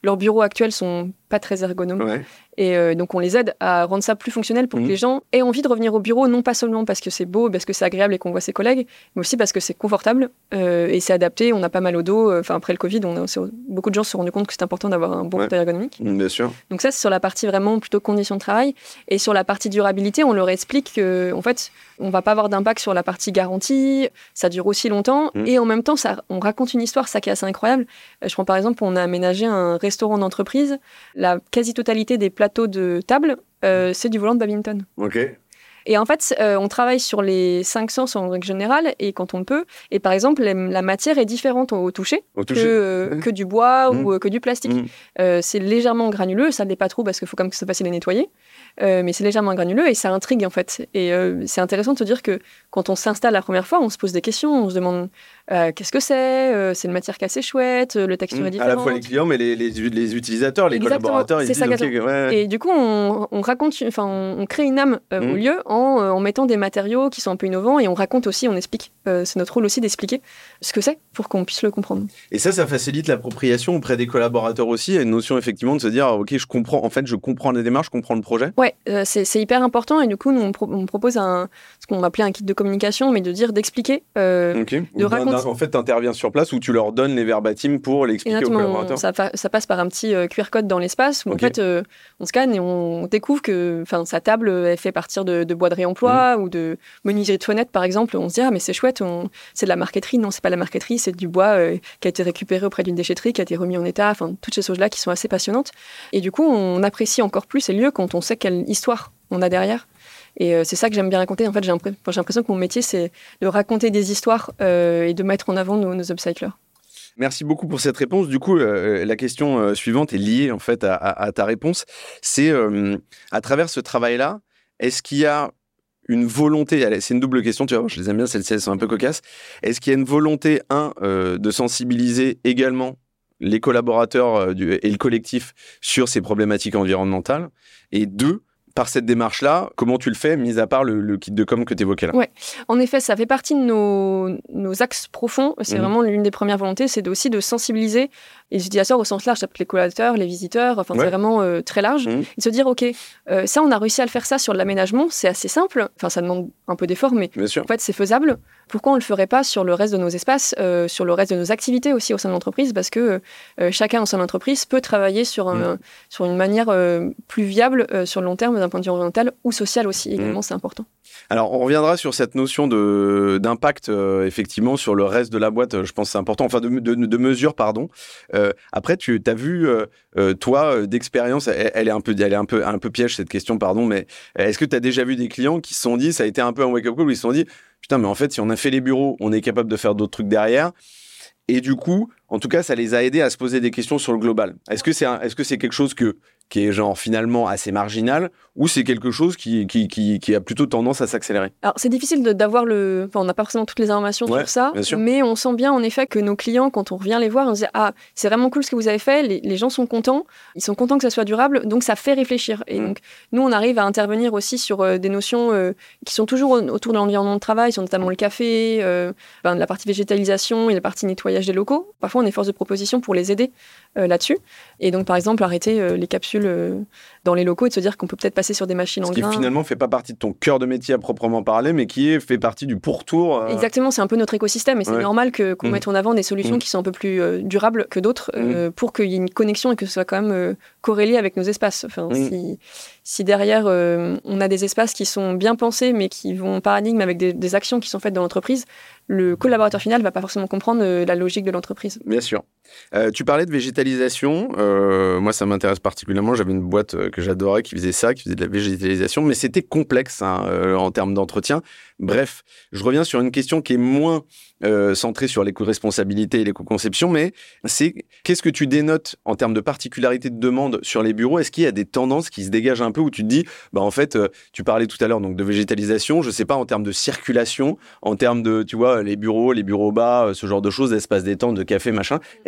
leurs bureaux actuels sont pas très ergonomiques. Ouais. Et euh, donc, on les aide à rendre ça plus fonctionnel pour mmh. que les gens aient envie de revenir au bureau, non pas seulement parce que c'est beau, parce que c'est agréable et qu'on voit ses collègues, mais aussi parce que c'est confortable euh, et c'est adapté. On n'a pas mal au dos. Enfin, après le Covid, on a, beaucoup de gens se sont rendus compte que c'est important d'avoir un bon ouais. fauteuil ergonomique. Mmh, bien sûr. Donc ça, c'est sur la partie vraiment plutôt conditions de travail. Et sur la partie durabilité, on leur explique qu'en fait, on ne va pas avoir d'impact sur la partie garantie, ça dure aussi longtemps. Mmh. Et en même temps, ça, on raconte une histoire, ça qui est assez incroyable. Je prends par exemple, on a aménagé un restaurant d'entreprise. La quasi-totalité des plateaux de table, euh, c'est du volant de badminton. Ok. Et en fait, euh, on travaille sur les cinq sens en règle générale, et quand on peut. Et par exemple, les, la matière est différente au toucher, au toucher. Que, euh, que du bois mmh. ou euh, que du plastique. Mmh. Euh, c'est légèrement granuleux, ça ne l'est pas trop parce qu'il faut quand même que ça soit facile à nettoyer. Euh, mais c'est légèrement granuleux et ça intrigue en fait. Et euh, c'est intéressant de se dire que quand on s'installe la première fois, on se pose des questions, on se demande euh, qu'est-ce que c'est, euh, c'est une matière qui est assez chouette, le texture mmh. est différente. À la fois les clients, mais les, les, les utilisateurs, les Exactement. collaborateurs, ils c'est disent ça okay, ouais. Et du coup, on, on raconte, enfin, on crée une âme euh, mmh. au lieu en, en mettant des matériaux qui sont un peu innovants et on raconte aussi, on explique. Euh, c'est notre rôle aussi d'expliquer ce que c'est pour qu'on puisse le comprendre. Et ça, ça facilite l'appropriation auprès des collaborateurs aussi. Il y a une notion effectivement de se dire, ok, je comprends, en fait, je comprends la démarche, je comprends le projet. Ouais, euh, c'est, c'est hyper important et du coup, nous, on, pro- on propose un, ce qu'on appelait un kit de communication, mais de dire, d'expliquer, euh, okay. de raconter. En fait, tu interviens sur place ou tu leur donnes les verbatims pour l'expliquer Exactement, aux collaborateurs. Ça, fa- ça passe par un petit euh, Q R code dans l'espace où okay. en fait, euh, on scanne et on découvre que sa table est faite partir de, de bois de réemploi mmh. ou de menuiserie de fenêtres, par exemple. On se dit, ah, mais c'est chouette, on... c'est de la marqueterie. Non, c'est pas de la marqueterie, c'est du bois euh, qui a été récupéré auprès d'une déchetterie, qui a été remis en état. Enfin, toutes ces choses-là qui sont assez passionnantes. Et du coup, on apprécie encore plus ces lieux quand on sait quelle histoire on a derrière. Et euh, c'est ça que j'aime bien raconter. En fait, j'ai, impré- j'ai l'impression que mon métier, c'est de raconter des histoires euh, et de mettre en avant nos, nos upcyclers. Merci beaucoup pour cette réponse. Du coup, euh, la question euh, suivante est liée en fait à, à, à ta réponse. C'est euh, à travers ce travail-là, est-ce qu'il y a une volonté, allez, c'est une double question, tu vois, je les aime bien, celles-ci, elles sont un peu cocasses. Est-ce qu'il y a une volonté, un, euh, de sensibiliser également les collaborateurs euh, du, et le collectif sur ces problématiques environnementales? Et deux, par cette démarche-là, comment tu le fais, mis à part le, le kit de com que tu évoquais là? Oui, en effet, ça fait partie de nos, nos axes profonds. C'est mmh. vraiment l'une des premières volontés, c'est aussi de sensibiliser les utilisateurs au sens large, les collaborateurs, les visiteurs, enfin, ouais. c'est vraiment euh, très large. Mmh. Et se dire, OK, euh, ça, on a réussi à le faire ça sur l'aménagement, c'est assez simple. Enfin, ça demande un peu d'effort, mais en fait, c'est faisable. Pourquoi on ne le ferait pas sur le reste de nos espaces, euh, sur le reste de nos activités aussi au sein de l'entreprise? Parce que euh, chacun au sein de l'entreprise peut travailler sur, un, mmh. sur une manière euh, plus viable euh, sur le long terme d'un point de vue environnemental ou social aussi. Également, mmh. c'est important. Alors, on reviendra sur cette notion de, d'impact, euh, effectivement, sur le reste de la boîte. Je pense que c'est important. Enfin, de, de, de mesure, pardon. Euh, après, tu as vu, euh, toi, d'expérience, elle, elle est, un peu, elle est un, peu, un peu piège, cette question, pardon, mais est-ce que tu as déjà vu des clients qui se sont dit, ça a été un peu un wake-up call, où ils se sont dit, putain, mais en fait, si on a fait les bureaux, on est capable de faire d'autres trucs derrière. Et du coup, en tout cas, ça les a aidés à se poser des questions sur le global. Est-ce que c'est, un, est-ce que c'est quelque chose que, qui est genre finalement assez marginal ou c'est quelque chose qui, qui, qui, qui a plutôt tendance à s'accélérer? Alors, c'est difficile de, d'avoir le... Enfin, on n'a pas forcément toutes les informations ouais, sur ça, mais on sent bien en effet que nos clients, quand on revient les voir, on se dit « Ah, c'est vraiment cool ce que vous avez fait, les, les gens sont contents, ils sont contents que ça soit durable, donc ça fait réfléchir. » Et mmh. donc, nous, on arrive à intervenir aussi sur euh, des notions euh, qui sont toujours autour de l'environnement de travail, sur notamment le café, euh, ben, la partie végétalisation et la partie nettoyage des locaux. Parfois, on est force de proposition pour les aider euh, là-dessus. Et donc, par exemple, arrêter euh, les capsules euh, dans les locaux et de se dire qu'on peut peut-être passer sur des machines en grains. Ce qui finalement ne fait pas partie de ton cœur de métier à proprement parler, mais qui est, fait partie du pourtour. Euh... Exactement, c'est un peu notre écosystème et c'est ouais. normal que, qu'on mmh. mette en avant des solutions mmh. qui sont un peu plus euh, durables que d'autres euh, mmh. pour qu'il y ait une connexion et que ce soit quand même euh, corrélé avec nos espaces. Enfin, mmh. si, si derrière, euh, on a des espaces qui sont bien pensés, mais qui vont en paradigme avec des, des actions qui sont faites dans l'entreprise, le collaborateur final ne va pas forcément comprendre euh, la logique de l'entreprise. Bien sûr. Euh, tu parlais de végétalisation. Euh, moi, ça m'intéresse particulièrement. J'avais une boîte euh, que j'adorais qui faisait ça, qui faisait de la végétalisation, mais c'était complexe hein, euh, en termes d'entretien. Bref, je reviens sur une question qui est moins euh, centrée sur l'éco-responsabilité et l'éco-conception, mais c'est qu'est-ce que tu dénotes en termes de particularité de demande sur les bureaux? Est-ce qu'il y a des tendances qui se dégagent un peu où tu te dis, bah en fait, euh, tu parlais tout à l'heure donc de végétalisation, je sais pas en termes de circulation, en termes de, tu vois, les bureaux, les bureaux bas, ce genre de choses, espaces détente, de café, machin.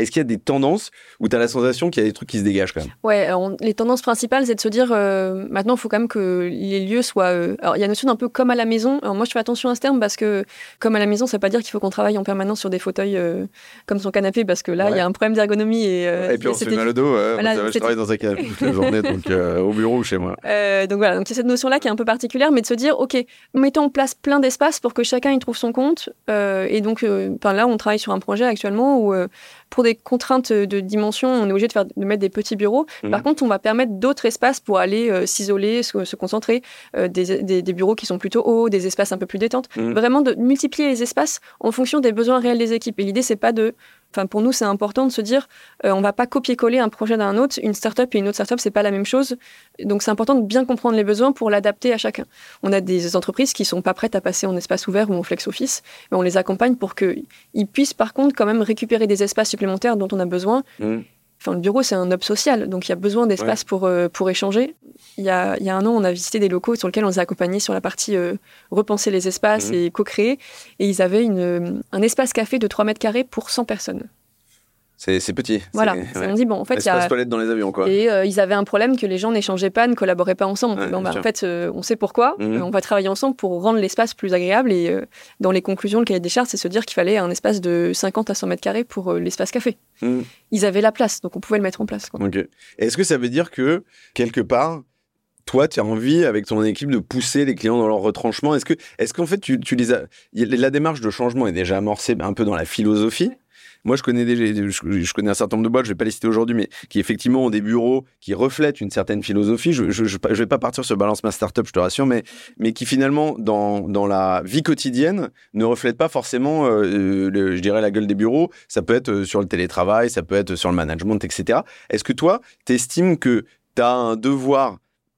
est-ce qu'il y a des tendances où tu as la sensation qu'il y a des trucs qui se dégagent quand même? Ouais, alors, les tendances principales, c'est de se dire, euh, maintenant, il faut quand même que les lieux soient... Euh... Alors, il y a une notion d'un peu comme à la maison. Alors, moi, je fais attention à ce terme parce que, comme à la maison, ça ne veut pas dire qu'il faut qu'on travaille en permanence sur des fauteuils euh, comme son canapé, parce que là, il ouais. y a un problème d'ergonomie. Et, euh, et puis, on se fait mal au dos. Ouais, voilà, moi, je travaille dans un canapé toute la journée, donc euh, au bureau ou chez moi. Euh, donc, voilà. Donc, c'est cette notion-là qui est un peu particulière, mais de se dire, OK, mettons en place plein d'espaces pour que chacun y trouve son compte. Euh, et donc, euh, là, on travaille sur un projet actuellement où, euh, pour des contraintes de dimension, on est obligé de, faire, de mettre des petits bureaux. Mmh. Par contre, on va permettre d'autres espaces pour aller euh, s'isoler, se, se concentrer, euh, des, des, des bureaux qui sont plutôt hauts, des espaces un peu plus détentes. Mmh. Vraiment de multiplier les espaces en fonction des besoins réels des équipes. Et l'idée, c'est pas de... Enfin, pour nous, c'est important de se dire, euh, on va pas copier-coller un projet d'un autre. Une start-up et une autre start-up, c'est pas la même chose. Donc, c'est important de bien comprendre les besoins pour l'adapter à chacun. On a des entreprises qui sont pas prêtes à passer en espace ouvert ou en flex office, mais on les accompagne pour qu'ils puissent, par contre, quand même récupérer des espaces supplémentaires dont on a besoin. Mmh. Enfin, le bureau, c'est un hub social, donc il y a besoin d'espace ouais. pour, euh, pour échanger. Il y, a, il y a un an, on a visité des locaux sur lesquels on les a accompagnés sur la partie euh, repenser les espaces mmh. et co-créer. Et ils avaient une, un espace café de trois mètres carrés pour cent personnes. C'est, c'est petit. Voilà, c'est, ouais. on dit bon, en fait, il y a toilette dans les avions, quoi. Et euh, ils avaient un problème que les gens n'échangeaient pas, ne collaboraient pas ensemble. Ouais, bon, bah, en fait, euh, on sait pourquoi. Mmh. Euh, on va travailler ensemble pour rendre l'espace plus agréable. Et euh, dans les conclusions, le cahier des charges, c'est se dire qu'il fallait un espace de cinquante à cent mètres carrés pour euh, l'espace café. Mmh. Ils avaient la place, donc on pouvait le mettre en place, quoi. Ok. Est-ce que ça veut dire que quelque part, toi, tu as envie, avec ton équipe, de pousser les clients dans leur retranchement? Est-ce que, est-ce qu'en fait, tu, tu les as... la démarche de changement est déjà amorcée un peu dans la philosophie? Moi, je connais déjà, je connais un certain nombre de boîtes, je vais pas les citer aujourd'hui, mais qui effectivement ont des bureaux qui reflètent une certaine philosophie. Je, je, je, je vais pas partir sur Balance ma startup, je te rassure, mais, mais qui finalement, dans, dans la vie quotidienne, ne reflètent pas forcément, euh, le, je dirais, la gueule des bureaux. Ça peut être sur le télétravail, ça peut être sur le management, et cetera. Est-ce que toi, t'estimes que t'as un devoir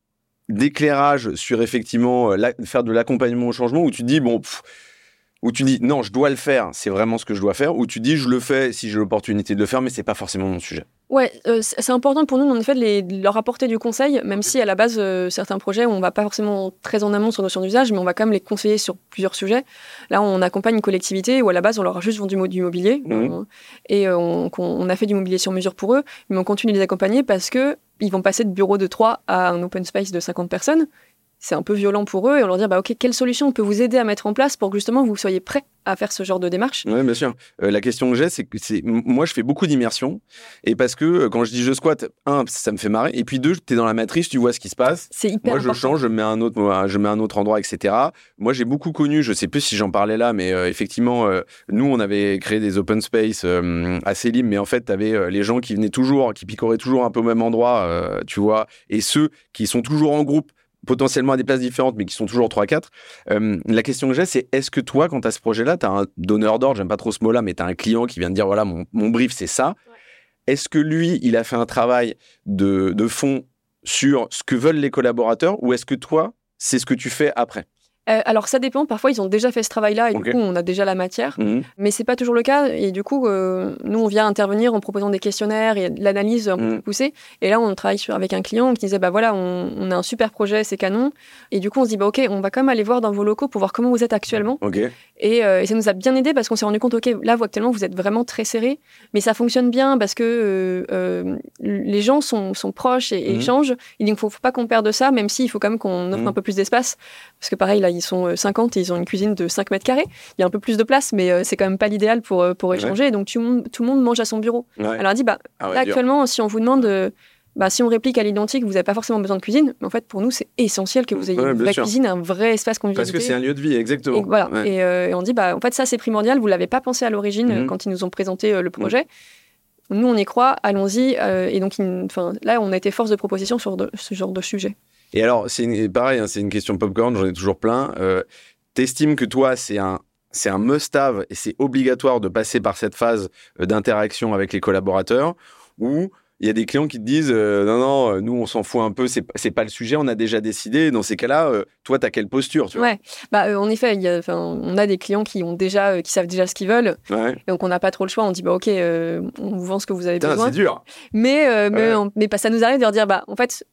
d'éclairage sur effectivement la, faire de l'accompagnement au changement, où tu te dis, bon, pff, où tu dis non, je dois le faire, c'est vraiment ce que je dois faire, ou tu dis je le fais si j'ai l'opportunité de le faire, mais c'est pas forcément mon sujet? Ouais, euh, c'est important pour nous, en effet, de, les, de leur apporter du conseil, même si à la base, euh, certains projets, on va pas forcément très en amont sur notion d'usage, mais on va quand même les conseiller sur plusieurs sujets. Là, on accompagne une collectivité où à la base, on leur a juste vendu du mobilier, mmh. euh, et euh, on, on a fait du mobilier sur mesure pour eux, mais on continue de les accompagner parce que ils vont passer de bureau de trois à un open space de cinquante personnes. C'est un peu violent pour eux, et on leur dit bah, ok, quelle solution on peut vous aider à mettre en place pour que justement vous soyez prêts à faire ce genre de démarche? Oui, bien sûr. Euh, la question que j'ai, c'est que c'est... moi, je fais beaucoup d'immersion, et parce que euh, quand je dis je squatte, un, ça me fait marrer, et puis deux, tu es dans la matrice, tu vois ce qui se passe. C'est hyper Moi, important. je change, je mets un autre, je mets un autre endroit, et cetera. Moi, j'ai beaucoup connu, je sais plus si j'en parlais là, mais euh, effectivement, euh, nous, on avait créé des open space euh, assez libres, mais en fait, tu avais euh, les gens qui venaient toujours, qui picoraient toujours un peu au même endroit, euh, tu vois, et ceux qui sont toujours en groupe, potentiellement à des places différentes, mais qui sont toujours trois à quatre. Euh, la question que j'ai, c'est est-ce que toi, quand tu as ce projet-là, tu as un donneur d'ordre, j'aime pas trop ce mot-là, mais tu as un client qui vient te dire, voilà, mon, mon brief, c'est ça. Ouais. Est-ce que lui, il a fait un travail de, de fond sur ce que veulent les collaborateurs, ou est-ce que toi, c'est ce que tu fais après? Euh, alors ça dépend, parfois ils ont déjà fait ce travail-là et okay. du coup on a déjà la matière, mmh. mais c'est pas toujours le cas et du coup euh, nous on vient intervenir en proposant des questionnaires et de l'analyse un peu mmh. plus poussée, et là on travaille sur, avec un client qui disait bah voilà on, on a un super projet, c'est canon, et du coup on se dit bah ok, on va quand même aller voir dans vos locaux pour voir comment vous êtes actuellement, okay. et, euh, et ça nous a bien aidé parce qu'on s'est rendu compte ok là vous actuellement vous êtes vraiment très serré, mais ça fonctionne bien parce que euh, euh, les gens sont, sont proches et, et mmh. échangent, il ne faut, faut pas qu'on perde ça, même s'il faut quand même qu'on offre mmh. un peu plus d'espace, parce que pareil là ils sont cinquante et ils ont une cuisine de cinq mètres carrés. Il y a un peu plus de place, mais euh, c'est quand même pas l'idéal pour, euh, pour échanger. Ouais. Donc, tout le, monde, tout le monde mange à son bureau. Ouais. Alors, on dit, bah, ah ouais, là, actuellement, si on vous demande, euh, bah, si on réplique à l'identique, vous n'avez pas forcément besoin de cuisine. Mais en fait, pour nous, c'est essentiel que vous ayez ouais, une vraie sûr. cuisine, un vrai espace convivialité. Parce que c'est un lieu de vie, exactement. Et, voilà. Ouais. Et, euh, et on dit, bah, en fait, ça, c'est primordial. Vous ne l'avez pas pensé à l'origine mm-hmm. quand ils nous ont présenté euh, le projet. Mm-hmm. Nous, on y croit, allons-y. Euh, et donc, il, là, on a été force de proposition sur de, ce genre de sujet. Et alors, c'est une, pareil, hein, c'est une question popcorn, j'en ai toujours plein. Euh, T'estimes que toi, c'est un, c'est un must-have et c'est obligatoire de passer par cette phase d'interaction avec les collaborateurs, ou il y a des clients qui te disent euh, non, non, nous, on s'en fout un peu, c'est, c'est pas le sujet, on a déjà décidé. Dans ces cas-là, euh, toi, t'as quelle posture, tu vois? Ouais, bah, euh, en effet, y a, on a des clients qui, ont déjà, euh, qui savent déjà ce qu'ils veulent. Ouais. Donc, on n'a pas trop le choix. On dit, bah, OK, euh, on vous vend ce que vous avez Putain, besoin. C'est dur. Mais, euh, mais, ouais. on, mais bah, ça nous arrive de leur dire, bah, en fait,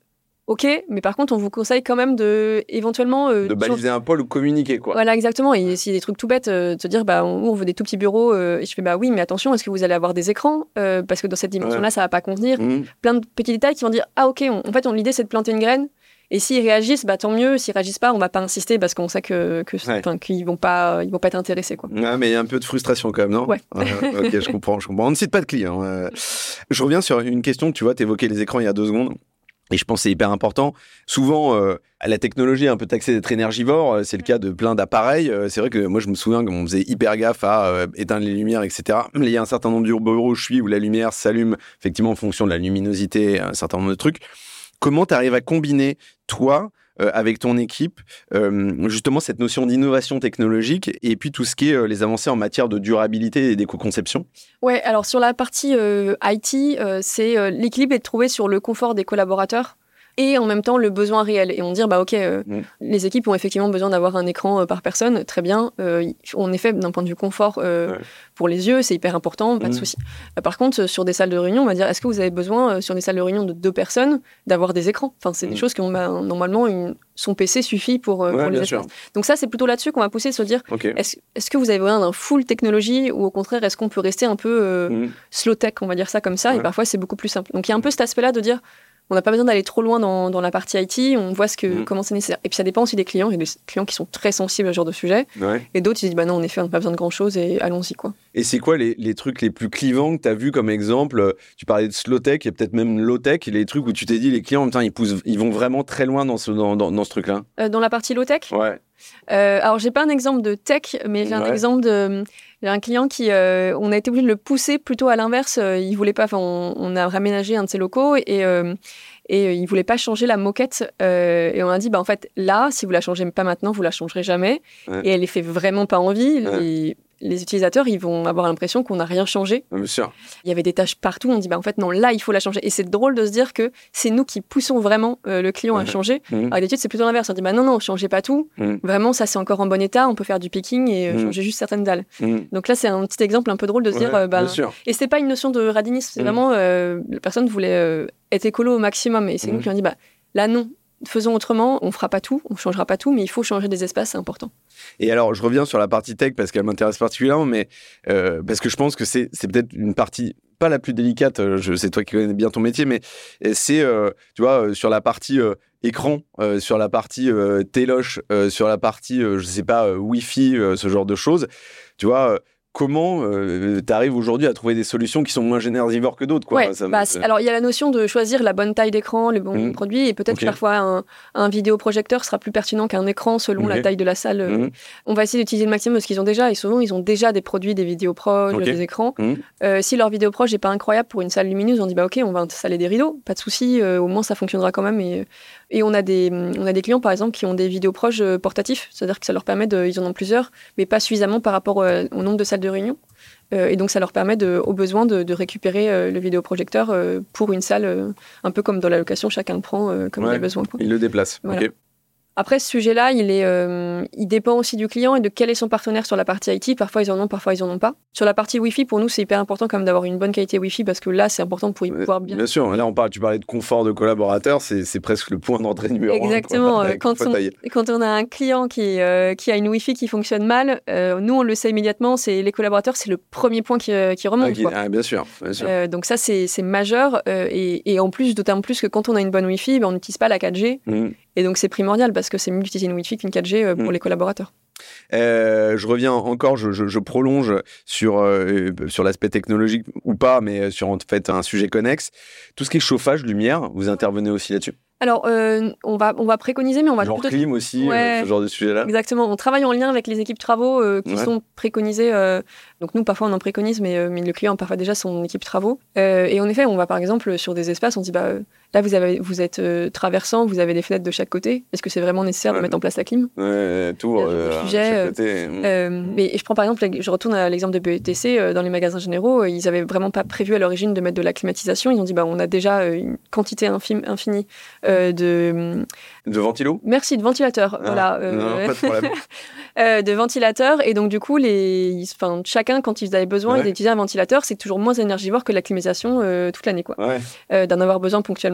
ok, mais par contre, on vous conseille quand même de éventuellement euh, de baliser sur... un pôle ou communiquer, quoi. Voilà, exactement. Et s'il y a des trucs tout bêtes, euh, de se dire, bah, on, on veut des tout petits bureaux. Euh, et je fais, bah oui, mais attention, est-ce que vous allez avoir des écrans euh, parce que dans cette dimension-là, ouais. ça va pas contenir. Mmh. Plein de petits détails qui vont dire, ah ok, on, en fait, on, l'idée c'est de planter une graine. Et s'ils réagissent, bah tant mieux. S'ils réagissent pas, on va pas insister parce qu'on sait que, que ouais. qu'ils vont pas, ils vont pas être intéressés, quoi. Ouais, mais il y a un peu de frustration quand même, non ? Ouais. euh, ok, je comprends, je comprends. On ne cite pas de clients. Euh, je reviens sur une question. Tu vois, t'évoquais les écrans il y a deux secondes. Et je pense que c'est hyper important. Souvent, euh, la technologie est un peu taxée d'être énergivore. C'est le cas de plein d'appareils. C'est vrai que moi, je me souviens qu'on faisait hyper gaffe à euh, éteindre les lumières, et cetera. Il y a un certain nombre de bureaux où je suis où la lumière s'allume effectivement en fonction de la luminosité, un certain nombre de trucs. Comment tu arrives à combiner, toi, euh, avec ton équipe, euh, justement cette notion d'innovation technologique et puis tout ce qui est euh, les avancées en matière de durabilité et d'éco-conception ? Ouais, alors sur la partie euh, I T, euh, c'est euh, l'équilibre est de trouver sur le confort des collaborateurs et en même temps le besoin réel. Et on dit, bah ok, euh, mmh. les équipes ont effectivement besoin d'avoir un écran euh, par personne, très bien. Euh, en effet, d'un point de vue confort euh, ouais. pour les yeux, c'est hyper important, pas mmh. de souci. Euh, par contre, sur des salles de réunion, on va dire, est-ce que vous avez besoin, euh, sur des salles de réunion de deux personnes, d'avoir des écrans ? Enfin, c'est mmh. des choses qui ont bah, normalement une... son P C suffit pour, euh, ouais, pour les espaces. Donc ça, c'est plutôt là-dessus qu'on va pousser, de se dire, okay. est-ce, est-ce que vous avez besoin d'un full technologie ou au contraire, est-ce qu'on peut rester un peu euh, mmh. slow tech, on va dire ça comme ça, ouais. et parfois c'est beaucoup plus simple. Donc il y a un peu cet aspect-là de dire, on n'a pas besoin d'aller trop loin dans, dans la partie I T, on voit ce que, mmh. comment c'est nécessaire. Et puis ça dépend aussi des clients, il y a des clients qui sont très sensibles à ce genre de sujet, ouais. et d'autres ils disent, bah non, en effet, on n'a pas besoin de grand-chose et allons-y, quoi. Et c'est quoi les, les trucs les plus clivants que tu as vus comme exemple ? Tu parlais de slow tech et peut-être même low tech, les trucs où tu t'es dit, les clients, putain, ils, poussent, ils vont vraiment très loin dans ce, dans, dans, dans ce truc-là. Euh, dans la partie low tech ? Ouais. Euh, alors, j'ai pas un exemple de tech, mais j'ai un ouais. exemple de... J'ai un client qui... Euh, on a été obligé de le pousser plutôt à l'inverse. Euh, il voulait pas... Enfin, on, on a raménagé un de ses locaux et... Euh, Et euh, il voulait pas changer la moquette. Euh, et on a dit, bah, en fait, là, si vous la changez pas maintenant, vous la changerez jamais. Ouais. Et elle les fait vraiment pas envie. Ouais. Les, les utilisateurs, ils vont avoir l'impression qu'on n'a rien changé. Bien sûr. Il y avait des tâches partout. On dit, bah, en fait, non, là, il faut la changer. Et c'est drôle de se dire que c'est nous qui poussons vraiment euh, le client ouais. à changer. Mmh. Alors, d'habitude, c'est plutôt l'inverse. On dit, bah, non, non, changez pas tout. Mmh. Vraiment, ça, c'est encore en bon état. On peut faire du picking et euh, mmh. changer juste certaines dalles. Mmh. Donc là, c'est un petit exemple un peu drôle de se ouais, dire, euh, bah, et c'est pas une notion de radinisme. C'est mmh. vraiment, euh, la personne voulait euh, être écolo au maximum. Et c'est mmh. nous qui on dit, bah, là, non. Faisons autrement, on fera pas tout, on changera pas tout, mais il faut changer des espaces, c'est important. Et alors, je reviens sur la partie tech parce qu'elle m'intéresse particulièrement, mais euh, parce que je pense que c'est, c'est peut-être une partie, pas la plus délicate, je, c'est toi qui connais bien ton métier, mais c'est, euh, tu vois, sur la partie euh, écran, euh, sur la partie euh, téloche, euh, sur la partie, euh, je sais pas, euh, Wi-Fi, euh, ce genre de choses, tu vois... Euh, Comment euh, tu arrives aujourd'hui à trouver des solutions qui sont moins générgivores que d'autres, quoi. Ouais, ça, bah, ça... Alors, il y a la notion de choisir la bonne taille d'écran, le bon mmh. produit, et peut-être okay. parfois un, un vidéoprojecteur sera plus pertinent qu'un écran selon okay. la taille de la salle. Mmh. On va essayer d'utiliser le maximum de ce qu'ils ont déjà, et souvent, ils ont déjà des produits, des vidéos proches, okay. des écrans. Mmh. Euh, si leur vidéo proche n'est pas incroyable pour une salle lumineuse, on dit, bah ok, on va installer des rideaux, pas de souci, euh, au moins ça fonctionnera quand même. Et, et on, a des, on a des clients, par exemple, qui ont des vidéos proches euh, portatifs, c'est-à-dire que ça leur permet de, ils en ont plusieurs, mais pas suffisamment par rapport euh, au nombre de salles de réunion. Euh, et donc, ça leur permet, de, au besoin, de, de récupérer euh, le vidéoprojecteur euh, pour une salle, euh, un peu comme dans la location, chacun le prend euh, comme ouais, il a besoin, quoi. Il le déplace. Voilà. Okay. Après, ce sujet-là, il, est, euh, il dépend aussi du client et de quel est son partenaire sur la partie I T. Parfois, ils en ont, parfois, ils en ont pas. Sur la partie Wi-Fi, pour nous, c'est hyper important quand même d'avoir une bonne qualité Wi-Fi parce que là, c'est important pour y pouvoir bien... Bien sûr, là, on parle, tu parlais de confort de collaborateur, c'est, c'est presque le point d'entrée numéro Exactement. un. Exactement. Quand, on, quand on a un client qui, euh, qui a une Wi-Fi qui fonctionne mal, euh, nous, on le sait immédiatement, c'est les collaborateurs, c'est le premier point qui, euh, qui remonte. Ah, qui, quoi. Ah, bien sûr. Bien sûr. Euh, donc ça, c'est, c'est majeur. Euh, et, et en plus, d'autant plus que quand on a une bonne Wi-Fi, ben, on n'utilise pas la quatre G. Mmh. Et donc, c'est primordial parce que c'est mieux d'utiliser une Wi-Fi qu'une quatre G pour mmh. les collaborateurs. Euh, je reviens encore, je, je, je prolonge sur, euh, sur l'aspect technologique ou pas, mais sur en fait un sujet connexe. Tout ce qui est chauffage, lumière, vous intervenez aussi là-dessus ? Alors, euh, on, va, on va préconiser, mais on va... Genre plutôt... clim aussi, ouais, euh, ce genre de sujet-là. Exactement. On travaille en lien avec les équipes travaux euh, qui ouais. sont préconisées. Euh, donc nous, parfois, on en préconise, mais, euh, mais le client a parfois déjà son équipe travaux. Euh, et en effet, on va par exemple sur des espaces, on dit, bah, là, vous, avez, vous êtes euh, traversant, vous avez des fenêtres de chaque côté. Est-ce que c'est vraiment nécessaire ouais. de mettre en place la clim ? Ouais, tout, euh, sujet, chaque côté. Euh, mais je prends par exemple, je retourne à l'exemple de B E T C, euh, dans les magasins généraux, ils n'avaient vraiment pas prévu à l'origine de mettre de la climatisation. Ils ont dit, bah, on a déjà une quantité infime, infinie euh, de... De ventilo ? Merci, de ventilateurs. Ah, voilà, euh, non, pas de problème. euh, de ventilateurs. Et donc, du coup, les, enfin, chacun, quand ils avaient besoin, ouais. ils utilisaient un ventilateur. C'est toujours moins énergivore que la climatisation euh, toute l'année, quoi. Ouais. Euh, d'en avoir besoin ponctuellement.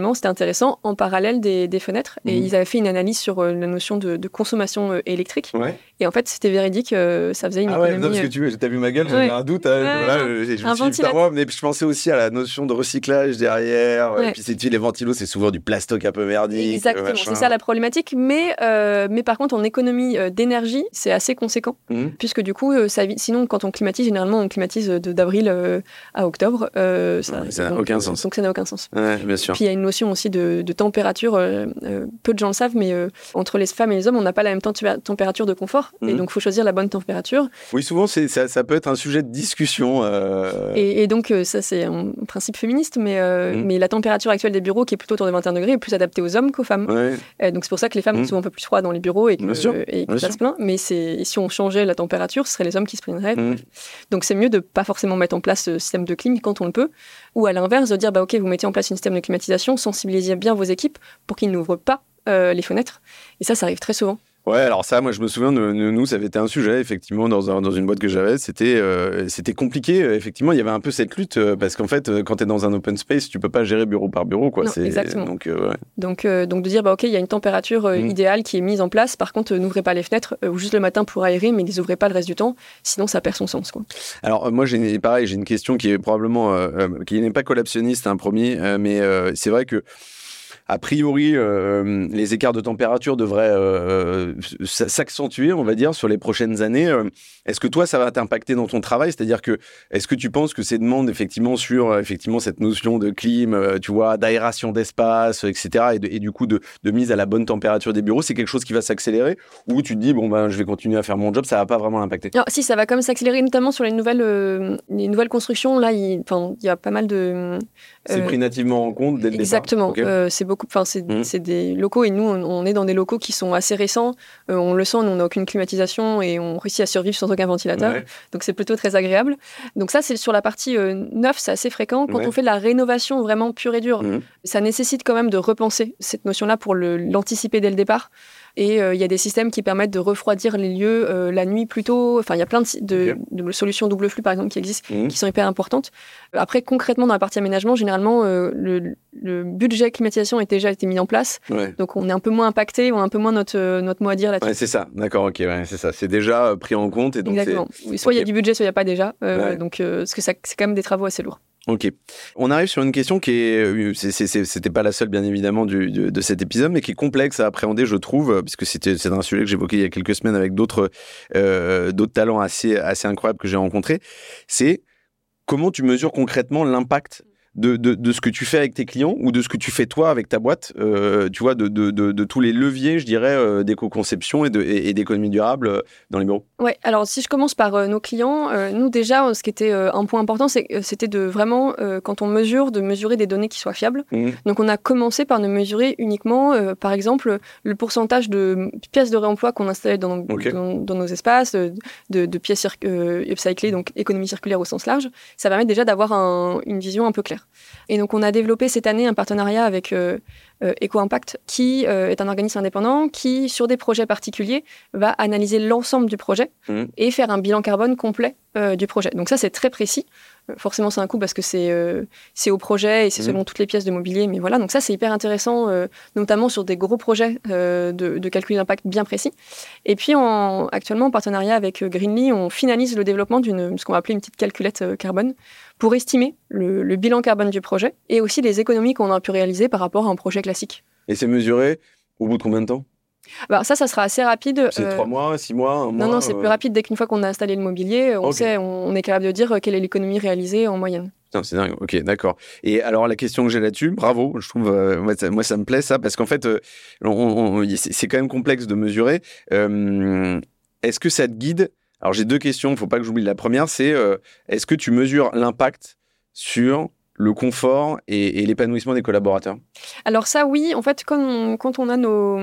effectivement, c'était intéressant en parallèle des, des fenêtres. Et mmh. ils avaient fait une analyse sur euh, la notion de, de consommation euh, électrique. Ouais. Et en fait, c'était véridique, euh, ça faisait une ah économie. Ah ouais, non, parce que tu as vu ma gueule, j'avais ouais. un doute. Hein, ouais, voilà, je, je, un je, suis moi, mais je pensais aussi à la notion de recyclage derrière. Ouais. Et puis, c'est, les ventilos, c'est souvent du plastoc un peu merdique. Exactement, c'est ça la problématique. Mais, euh, mais par contre, en économie euh, d'énergie, c'est assez conséquent. Mmh. Puisque du coup, euh, ça, sinon, quand on climatise, généralement, on climatise de, d'avril euh, à octobre. Euh, ça n'a aucun sens. Donc, ça n'a aucun sens. Ouais, bien sûr. Puis, il y a une notion aussi de, de température. Euh, euh, peu de gens le savent, mais euh, entre les femmes et les hommes, on n'a pas la même tempé- température de confort. Mmh. Et donc, il faut choisir la bonne température. Oui, souvent, c'est, ça, ça peut être un sujet de discussion. Euh... Et, et donc, euh, ça, c'est un principe féministe, mais, euh, mmh. mais la température actuelle des bureaux, qui est plutôt autour de vingt et un degrés, est plus adaptée aux hommes qu'aux femmes. Ouais. Euh, donc, c'est pour ça que les femmes mmh. sont souvent un peu plus froides dans les bureaux et que, euh, et que ça se plaint. Mais c'est, si on changeait la température, ce seraient les hommes qui se plaigneraient. Mmh. Donc, c'est mieux de ne pas forcément mettre en place ce système de clim quand on le peut. Ou à l'inverse, de dire, bah, OK, vous mettez en place un système de climatisation, sensibilisez bien vos équipes pour qu'ils n'ouvrent pas euh, les fenêtres. Et ça, ça arrive très souvent. Ouais, alors ça, moi, je me souviens, de, de nous, ça avait été un sujet, effectivement, dans, un, dans une boîte que j'avais. C'était, euh, c'était compliqué. Effectivement, il y avait un peu cette lutte, euh, parce qu'en fait, euh, quand tu es dans un open space, tu peux pas gérer bureau par bureau, quoi. Non, c'est, exactement. Donc, euh, ouais. donc, euh, donc, de dire, bah, OK, il y a une température euh, mmh. idéale qui est mise en place. Par contre, euh, n'ouvrez pas les fenêtres, euh, ou juste le matin pour aérer, mais ne les ouvrez pas le reste du temps. Sinon, ça perd son sens, quoi. Alors, euh, moi, j'ai, pareil, j'ai une question qui est probablement, euh, euh, qui n'est pas collapsionniste, un hein, promis, euh, mais euh, c'est vrai que a priori, euh, les écarts de température devraient euh, s'accentuer, on va dire, sur les prochaines années. Est-ce que toi, ça va t'impacter dans ton travail ? C'est-à-dire que, est-ce que tu penses que ces demandes, effectivement, sur effectivement cette notion de clim, tu vois, d'aération d'espace, et cetera, et, de, et du coup de, de mise à la bonne température des bureaux, c'est quelque chose qui va s'accélérer ? Ou tu te dis, bon, ben, je vais continuer à faire mon job, ça va pas vraiment l'impacter ? Alors, si, ça va quand même s'accélérer, notamment sur les nouvelles, euh, les nouvelles constructions. Là, il y a pas mal de... Euh, c'est pris nativement en compte dès le exactement. départ. Exactement. Okay. Euh, c'est beaucoup... Enfin, c'est, mmh. c'est des locaux, et nous, on, on est dans des locaux qui sont assez récents. Euh, on le sent, nous, on n'a aucune climatisation et on réussit à survivre sans aucun ventilateur. Ouais. Donc, c'est plutôt très agréable. Donc, ça, c'est sur la partie euh, neuve, c'est assez fréquent. Quand ouais. on fait de la rénovation vraiment pure et dure, mmh. ça nécessite quand même de repenser cette notion-là pour le, l'anticiper dès le départ. Et il euh, y a des systèmes qui permettent de refroidir les lieux euh, la nuit plus tôt. Enfin, il y a plein de, de, okay. de solutions double flux, par exemple, qui existent, mmh. qui sont hyper importantes. Après, concrètement, dans la partie aménagement, généralement, euh, le, le budget climatisation a déjà été mis en place. Ouais. Donc, on est un peu moins impacté, on a un peu moins notre, euh, notre mot à dire là-dessus. Ouais, c'est ça. D'accord, ok. Ouais, c'est ça. C'est déjà pris en compte. Et donc exactement. C'est... Soit il okay. y a du budget, soit il n'y a pas déjà. Euh, ouais. Donc, euh, parce que ça, c'est quand même des travaux assez lourds. Ok. On arrive sur une question qui est, c'est, c'est, c'est, c'était pas la seule bien évidemment du, de, de cet épisode, mais qui est complexe à appréhender, je trouve, puisque c'était, c'est un sujet que j'évoquais il y a quelques semaines avec d'autres, euh, d'autres talents assez, assez incroyables que j'ai rencontrés. C'est comment tu mesures concrètement l'impact de, de, de ce que tu fais avec tes clients ou de ce que tu fais toi avec ta boîte, euh, tu vois, de, de, de, de tous les leviers, je dirais, euh, d'éco-conception et, de, et, et d'économie durable euh, dans les bureaux. Ouais, alors si je commence par euh, nos clients, euh, nous déjà, ce qui était euh, un point important, c'est, c'était de vraiment, euh, quand on mesure, de mesurer des données qui soient fiables. Mmh. Donc on a commencé par ne mesurer uniquement, euh, par exemple, le pourcentage de pièces de réemploi qu'on installait dans, okay. dans, dans nos espaces, de, de, de pièces cir- euh, upcyclées, donc économie circulaire au sens large. Ça permet déjà d'avoir un, une vision un peu claire. Et donc, on a développé cette année un partenariat avec euh, euh, EcoImpact, qui euh, est un organisme indépendant qui, sur des projets particuliers, va analyser l'ensemble du projet mmh. et faire un bilan carbone complet euh, du projet. Donc ça, c'est très précis. Euh, forcément, c'est un coût parce que c'est, euh, c'est au projet et c'est mmh. selon toutes les pièces de mobilier. Mais voilà, donc ça, c'est hyper intéressant, euh, notamment sur des gros projets euh, de, de calcul d'impact bien précis. Et puis, en, actuellement, en partenariat avec Greenly, on finalise le développement d'une, ce qu'on va appeler une petite calculette euh, carbone pour estimer le, le bilan carbone du projet et aussi les économies qu'on a pu réaliser par rapport à un projet classique. Et c'est mesuré au bout de combien de temps ? Alors ça, ça sera assez rapide. C'est euh... trois mois, six mois, un mois Non, non, c'est euh... plus rapide. Dès qu'une fois qu'on a installé le mobilier, on, okay. sait, on, on est capable de dire quelle est l'économie réalisée en moyenne. Non, c'est dingue. Ok, d'accord. Et alors, la question que j'ai là-dessus, bravo, je trouve, euh, moi, ça, moi, ça me plaît, ça, parce qu'en fait, euh, on, on, c'est, c'est quand même complexe de mesurer. Euh, est-ce que ça te guide ? Alors, j'ai deux questions, il ne faut pas que j'oublie. La première, c'est euh, est-ce que tu mesures l'impact sur le confort et, et l'épanouissement des collaborateurs ? Alors ça, oui. En fait, quand on, quand on a nos,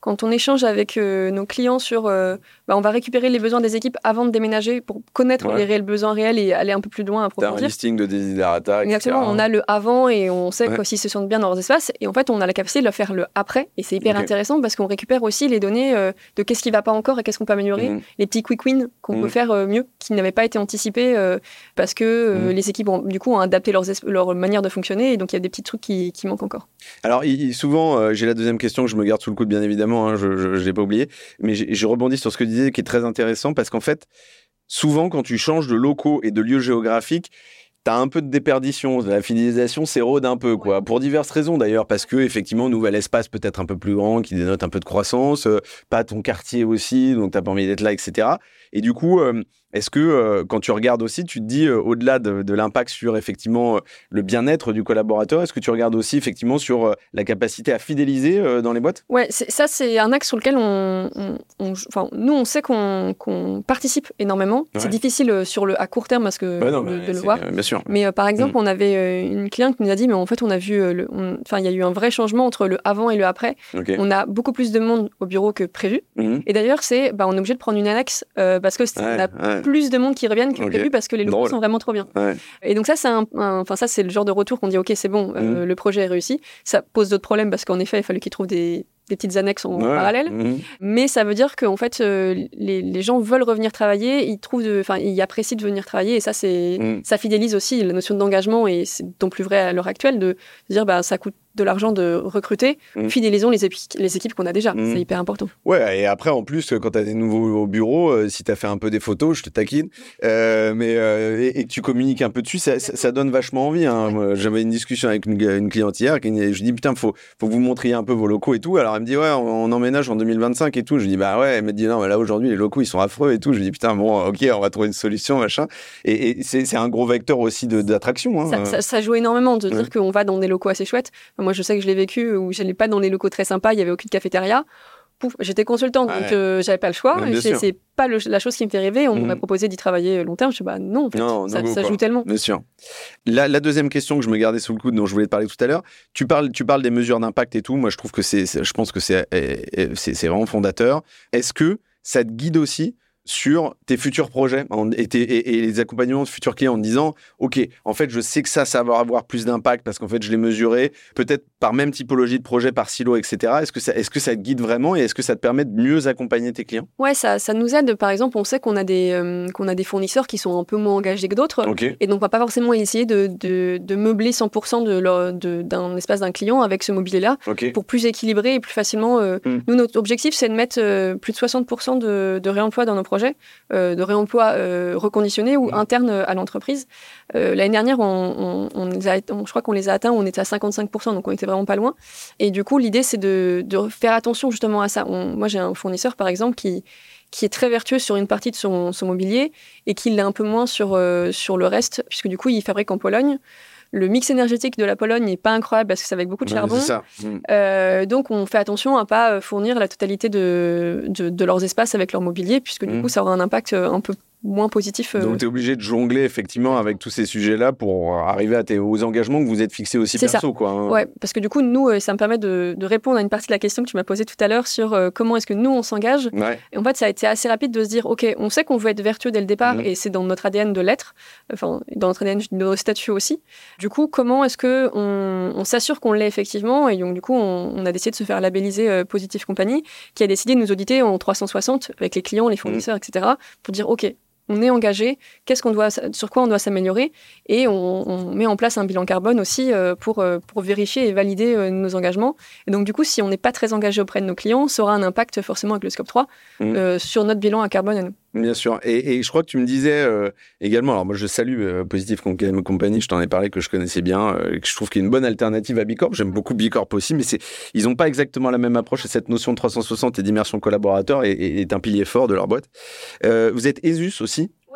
quand on échange avec euh, nos clients sur... Euh, bah, on va récupérer les besoins des équipes avant de déménager pour connaître ouais. les réels besoins réels et aller un peu plus loin, approfondir. T'as un listing de desiderata, et cetera. Exactement, on a le avant et on sait ouais. s'ils se sentent bien dans leurs espaces. Et en fait, on a la capacité de leur faire le après. Et c'est hyper okay. intéressant parce qu'on récupère aussi les données euh, de qu'est-ce qui ne va pas encore et qu'est-ce qu'on peut améliorer. Mmh. Les petits quick wins qu'on mmh. peut faire euh, mieux, qui n'avaient pas été anticipés euh, parce que euh, mmh. les équipes ont, du coup, ont adapté leurs es- leur manière de fonctionner. Et donc, il y a des petits trucs qui, qui manquent encore. Alors, il, souvent, euh, j'ai la deuxième question que je me garde sous le coude, bien évidemment. Hein, je ne l'ai pas oublié. Mais je rebondis sur ce que tu disais qui est très intéressant parce qu'en fait, souvent, quand tu changes de locaux et de lieux géographiques, t'as un peu de déperdition, la fidélisation s'érode un peu, quoi. Pour diverses raisons d'ailleurs, parce que effectivement, nouvel espace peut-être un peu plus grand, qui dénote un peu de croissance, euh, pas ton quartier aussi, donc t'as pas envie d'être là, et cetera. Et du coup, euh, est-ce que euh, quand tu regardes aussi, tu te dis euh, au-delà de, de l'impact sur effectivement euh, le bien-être du collaborateur, est-ce que tu regardes aussi effectivement sur euh, la capacité à fidéliser euh, dans les boîtes ? Ouais, c'est, ça c'est un axe sur lequel on, on, on, enfin nous on sait qu'on, qu'on participe énormément. Ouais. C'est difficile sur le à court terme parce que ouais, non, de, de le c'est, voir. Euh, bien sûr. Mais euh, par exemple, mmh. on avait euh, une cliente qui nous a dit, mais en fait on a vu, euh, le, enfin il y a eu un vrai changement entre le avant et le après. Okay. On a beaucoup plus de monde au bureau que prévu. Mmh. Et d'ailleurs c'est, bah, on est obligé de prendre une annexe euh, parce que c'est, ouais, on a ouais. plus de monde qui revient que okay. prévu parce que les locaux sont vraiment trop bien. Ouais. Et donc ça c'est un, enfin ça c'est le genre de retour qu'on dit ok c'est bon, euh, mmh. le projet est réussi. Ça pose d'autres problèmes parce qu'en effet il fallait qu'ils trouvent des des petites annexes en ouais. parallèle, mmh. mais ça veut dire qu'en fait euh, les, les gens veulent revenir travailler, ils trouvent, enfin ils apprécient de venir travailler et ça c'est, mmh. ça fidélise aussi la notion d'engagement et c'est d'autant plus vrai à l'heure actuelle de dire bah ça coûte de l'argent de recruter, mmh. fidélisons les, épi- les équipes qu'on a déjà, mmh. c'est hyper important. Ouais, et après en plus quand tu as des nouveaux au bureau, euh, si tu as fait un peu des photos, je te taquine, euh, mais euh, et, et que tu communiques un peu dessus, ça, ça, ça donne vachement envie. Hein. Ouais. Moi, j'avais une discussion avec une, une cliente hier, qui, je lui dis putain faut faut que vous montriez un peu vos locaux et tout. Alors elle me dit ouais on, on emménage en deux mille vingt-cinq et tout. Je lui dis bah ouais, elle me dit non mais là aujourd'hui les locaux ils sont affreux et tout. Je lui dis putain bon ok on va trouver une solution machin. Et, et c'est, c'est un gros vecteur aussi de, d'attraction. Hein. Ça, ça, ça joue énormément de ouais. dire qu'on va dans des locaux assez chouettes. Moi, je sais que je l'ai vécu où je n'allais pas dans des locaux très sympas, il n'y avait aucune cafétéria. Pouf, j'étais consultante, ouais. donc euh, j'avais pas le choix. Et c'est, c'est pas le, la chose qui me fait rêver. On mmh. m'a proposé d'y travailler long terme. Je dis bah non, en fait, non ça, no ça joue tellement. Bien sûr. La, la deuxième question que je me gardais sous le coude, dont je voulais te parler tout à l'heure, tu parles, tu parles des mesures d'impact et tout. Moi, je trouve que c'est, c'est je pense que c'est, c'est, c'est vraiment fondateur. Est-ce que ça te guide aussi sur tes futurs projets et, tes, et, et les accompagnements de futurs clients en te disant ok, en fait je sais que ça, ça va avoir plus d'impact parce qu'en fait je l'ai mesuré, peut-être par même typologie de projet, par silo, et cetera. Est-ce que ça, est-ce que ça te guide vraiment et est-ce que ça te permet de mieux accompagner tes clients ? Ouais, ça, ça nous aide. Par exemple, on sait qu'on a des, euh, qu'on a des fournisseurs qui sont un peu moins engagés que d'autres okay. et donc on va pas forcément essayer de, de, de meubler cent pour cent de leur, de, d'un espace d'un client avec ce mobilier-là okay. pour plus équilibrer et plus facilement. Euh, mm. Nous, notre objectif, c'est de mettre euh, plus de soixante pour cent de, de réemploi dans nos projets, euh, de réemploi euh, reconditionné ou mmh. interne à l'entreprise. Euh, l'année dernière, on, on, on les a, on, je crois qu'on les a atteints, on était à cinquante-cinq pour cent, donc on était vraiment pas loin. Et du coup, l'idée, c'est de, de faire attention justement à ça. On, moi, j'ai un fournisseur, par exemple, qui, qui est très vertueux sur une partie de son, son mobilier et qui l'est un peu moins sur, euh, sur le reste, puisque du coup, il fabrique en Pologne. Le mix énergétique de la Pologne n'est pas incroyable parce que c'est avec beaucoup de charbon. Ouais, c'est ça. Mmh. Euh, donc, on fait attention à ne pas fournir la totalité de, de, de leurs espaces avec leur mobilier, puisque du mmh. coup, ça aura un impact un peu moins positif. Donc, tu es obligé de jongler effectivement avec tous ces sujets-là pour arriver à tes, aux engagements que vous êtes fixés aussi c'est perso. Ça. Quoi, hein. Ouais, parce que du coup, nous, ça me permet de, de répondre à une partie de la question que tu m'as posée tout à l'heure sur euh, comment est-ce que nous, on s'engage. Ouais. Et en fait, ça a été assez rapide de se dire, OK, on sait qu'on veut être vertueux dès le départ mmh. et c'est dans notre A D N de l'être, enfin, dans notre A D N de nos statuts aussi. Du coup, comment est-ce qu'on on s'assure qu'on l'est effectivement ? Et donc, du coup, on, on a décidé de se faire labelliser euh, Positive Company, qui a décidé de nous auditer en trois cent soixante avec les clients, les fournisseurs, mmh. et cetera, pour dire, OK, on est engagé, qu'est-ce qu'on doit, sur quoi on doit s'améliorer et on, on met en place un bilan carbone aussi euh, pour, euh, pour vérifier et valider euh, nos engagements. Et donc du coup, si on n'est pas très engagé auprès de nos clients, ça aura un impact forcément avec le scope trois mmh. euh, sur notre bilan à carbone à nous. Bien sûr. Et, et je crois que tu me disais euh, également, alors moi je salue euh, Positive Company, je t'en ai parlé que je connaissais bien, euh, que je trouve qu'il y a une bonne alternative à Bicorp. J'aime beaucoup Bicorp aussi, mais c'est, ils n'ont pas exactement la même approche et cette notion de trois cent soixante et d'immersion collaborateur est, est un pilier fort de leur boîte. Euh, vous êtes ESUS aussi ? Ouais.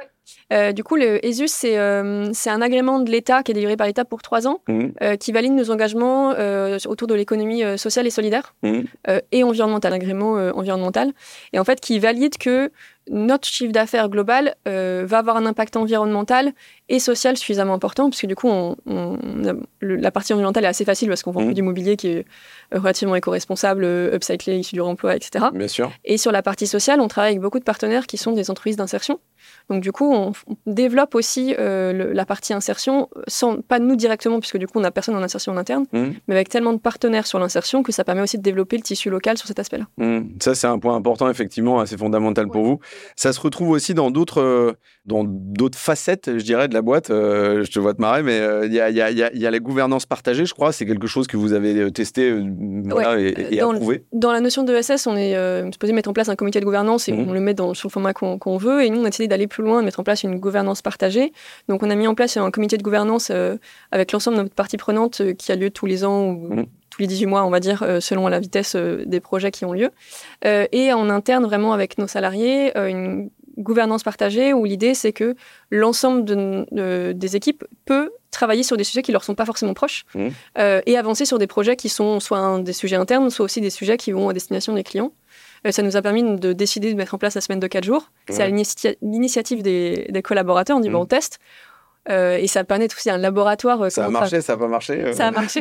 Euh, du coup, le ESUS, c'est, euh, c'est un agrément de l'État qui est délivré par l'État pour trois ans, mmh. euh, qui valide nos engagements euh, autour de l'économie euh, sociale et solidaire mmh. euh, et environnementale, agrément euh, environnemental. Et en fait, qui valide que notre chiffre d'affaires global euh, va avoir un impact environnemental et social suffisamment important, parce que du coup, on, on, on a, le, la partie environnementale est assez facile parce qu'on vend mmh. que du mobilier qui est relativement éco-responsable, upcyclé, issu du réemploi, et cetera. Bien sûr. Et sur la partie sociale, on travaille avec beaucoup de partenaires qui sont des entreprises d'insertion. Donc du coup, on, on développe aussi euh, le, la partie insertion, sans, pas nous directement, puisque du coup, on n'a personne en insertion en interne, mmh. mais avec tellement de partenaires sur l'insertion que ça permet aussi de développer le tissu local sur cet aspect-là. Mmh. Ça, c'est un point important, effectivement, assez fondamental ouais. pour vous. Ça se retrouve aussi dans d'autres, euh, dans d'autres facettes, je dirais, de la boîte. Euh, je te vois te marrer, mais il euh, y, a, y, a, y, a, y a la gouvernance partagée, je crois. C'est quelque chose que vous avez testé euh, voilà, ouais. et, et dans approuvé. Le, dans la notion de E S S, on est euh, supposé mettre en place un comité de gouvernance et mmh. on le met dans, sur le format qu'on, qu'on veut. Et nous, on a décidé d'aller plus loin, de mettre en place une gouvernance partagée. Donc, on a mis en place un comité de gouvernance euh, avec l'ensemble de notre partie prenante euh, qui a lieu tous les ans ou mmh. tous les dix-huit mois, on va dire, euh, selon la vitesse euh, des projets qui ont lieu. Euh, et en interne, vraiment avec nos salariés, euh, une gouvernance partagée où l'idée, c'est que l'ensemble de, de, des équipes peut travailler sur des sujets qui leur sont pas forcément proches mmh. euh, et avancer sur des projets qui sont soit un, des sujets internes, soit aussi des sujets qui vont à destination des clients. Euh, ça nous a permis de décider de mettre en place la semaine de quatre jours. Ouais. C'est à l'initia- l'initiative des, des collaborateurs. On dit, mmh. bon, on teste. Euh, et ça permet aussi un laboratoire. Euh, ça a marché, ça n'a pas marché euh... Ça a marché.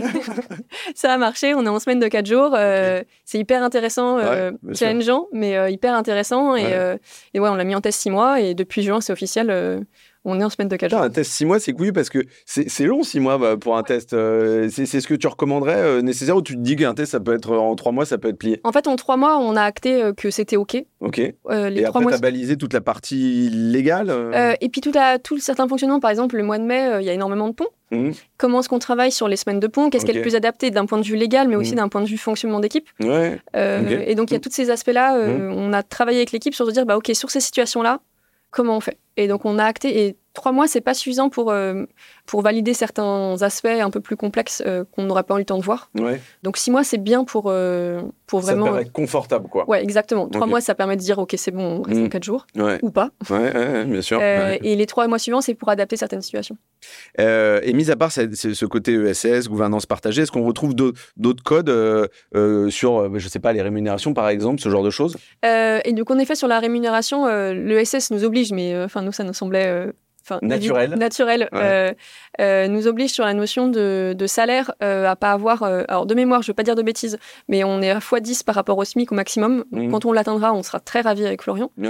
Ça a marché. On est en semaine de quatre jours. Euh, okay. C'est hyper intéressant, euh, ouais, challengeant, sûr. mais euh, hyper intéressant. Et, ouais. Euh, et ouais, on l'a mis en test six mois. Et depuis juin, c'est officiel. Euh, on est en semaine de quatre jours. Un test six mois, c'est couillu parce que c'est, c'est long six mois bah, pour un ouais. test. Euh, c'est, c'est ce que tu recommanderais euh, nécessaire ou tu te dis qu'un test, ça peut être en trois mois, ça peut être plié? En fait, en trois mois, on a acté euh, que c'était OK. OK. Euh, les et après, mois, tu as balisé toute la partie légale euh... Euh, Et puis, tout, à, tout certains fonctionnements. Par exemple, le mois de mai, il euh, y a énormément de ponts. Mmh. Comment est-ce qu'on travaille sur les semaines de ponts? Qu'est-ce okay. qui est le plus adapté d'un point de vue légal, mais aussi mmh. d'un point de vue fonctionnement d'équipe? Ouais. Euh, okay. Et donc, il y a tous ces aspects-là. Euh, mmh. On a travaillé avec l'équipe sur se dire, bah, OK, sur ces situations-là, comment on fait? Et donc, on a acté. Et trois mois, c'est pas suffisant pour, euh, pour valider certains aspects un peu plus complexes euh, qu'on n'aurait pas eu le temps de voir. Ouais. Donc, six mois, c'est bien pour, euh, pour vraiment... Ça permet d'être confortable, quoi. Ouais, exactement. Trois okay. mois, ça permet de dire, OK, c'est bon, on reste mmh. en quatre jours. Ouais. Ou pas. Ouais, ouais, bien sûr. Euh, ouais. Et les trois mois suivants, c'est pour adapter certaines situations. Euh, et mis à part c'est, c'est ce côté E S S, gouvernance partagée, est-ce qu'on retrouve d'autres, d'autres codes euh, euh, sur, je sais pas, les rémunérations, par exemple, ce genre de choses? euh, Et donc, en effet, sur la rémunération, euh, l'E S S nous oblige, mais enfin, nous, ça nous semblait... Euh, Enfin, naturel, naturel ouais. euh, euh, nous oblige sur la notion de, de salaire euh, à pas avoir... Euh, alors, de mémoire, je veux pas dire de bêtises, mais on est à fois dix par rapport au SMIC au maximum. Mmh. Quand on l'atteindra, on sera très ravis avec Florian. Ouais.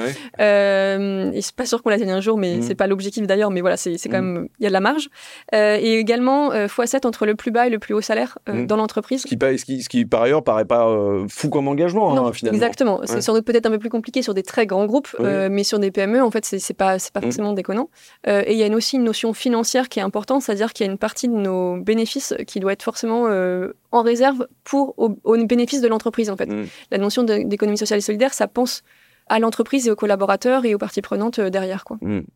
Euh, et c'est pas sûr qu'on l'atteigne un jour, mais mmh. c'est pas l'objectif d'ailleurs, mais voilà, c'est, c'est quand mmh. même... Il y a de la marge. Euh, et également, euh, fois sept entre le plus bas et le plus haut salaire euh, mmh. dans l'entreprise. Ce qui, ce, qui, ce qui, par ailleurs, paraît pas euh, fou comme engagement, non, hein, finalement. Exactement. Ouais. C'est sans doute peut-être un peu plus compliqué sur des très grands groupes, ouais. euh, mais sur des P M E, en fait, c'est, c'est pas, c'est pas mmh. forcément déconnant. Euh, et il y a une, aussi une notion financière qui est importante, c'est-à-dire qu'il y a une partie de nos bénéfices qui doit être forcément euh, en réserve pour, au, au bénéfice de l'entreprise, en fait. Mmh. La notion de, d'économie sociale et solidaire, ça pense à l'entreprise et aux collaborateurs et aux parties prenantes euh, derrière, quoi. Mmh.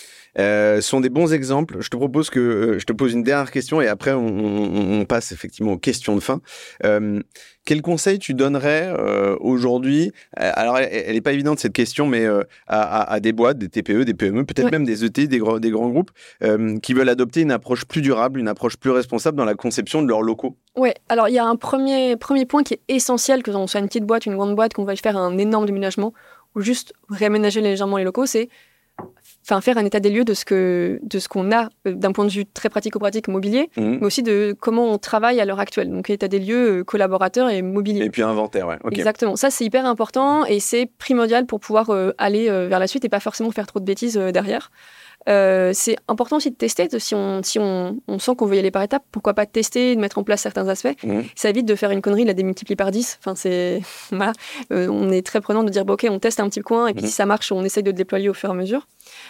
Euh, sont des bons exemples. Je te propose que euh, je te pose une dernière question et après on, on, on passe effectivement aux questions de fin. Euh, quel conseil tu donnerais euh, aujourd'hui? Alors elle n'est pas évidente cette question, mais euh, à, à, à des boîtes, des T P E, des P M E, peut-être ouais. même des E T I, des, gros, des grands groupes euh, qui veulent adopter une approche plus durable, une approche plus responsable dans la conception de leurs locaux. Ouais. Alors il y a un premier premier point qui est essentiel, que l'on soit une petite boîte, une grande boîte, qu'on va faire un énorme déménagement ou juste réaménager légèrement les locaux, c'est Enfin, faire un état des lieux de ce, que, de ce qu'on a euh, d'un point de vue très pratico-pratique mobilier, mmh. mais aussi de comment on travaille à l'heure actuelle. Donc, état des lieux, euh, collaborateurs et mobilier. Et puis inventaire, ouais. Okay. Exactement. Ça, c'est hyper important et c'est primordial pour pouvoir euh, aller euh, vers la suite et pas forcément faire trop de bêtises euh, derrière. Euh, c'est important aussi de tester, de, si, on, si on, on sent qu'on veut y aller par étapes, pourquoi pas de tester, de mettre en place certains aspects. Mmh. Ça évite de faire une connerie, la démultiplier par dix. Enfin, c'est, voilà. euh, on est très prenant de dire, bah, OK, on teste un petit coin et puis mmh. si ça marche, on essaye de le déployer au fur et à mesure.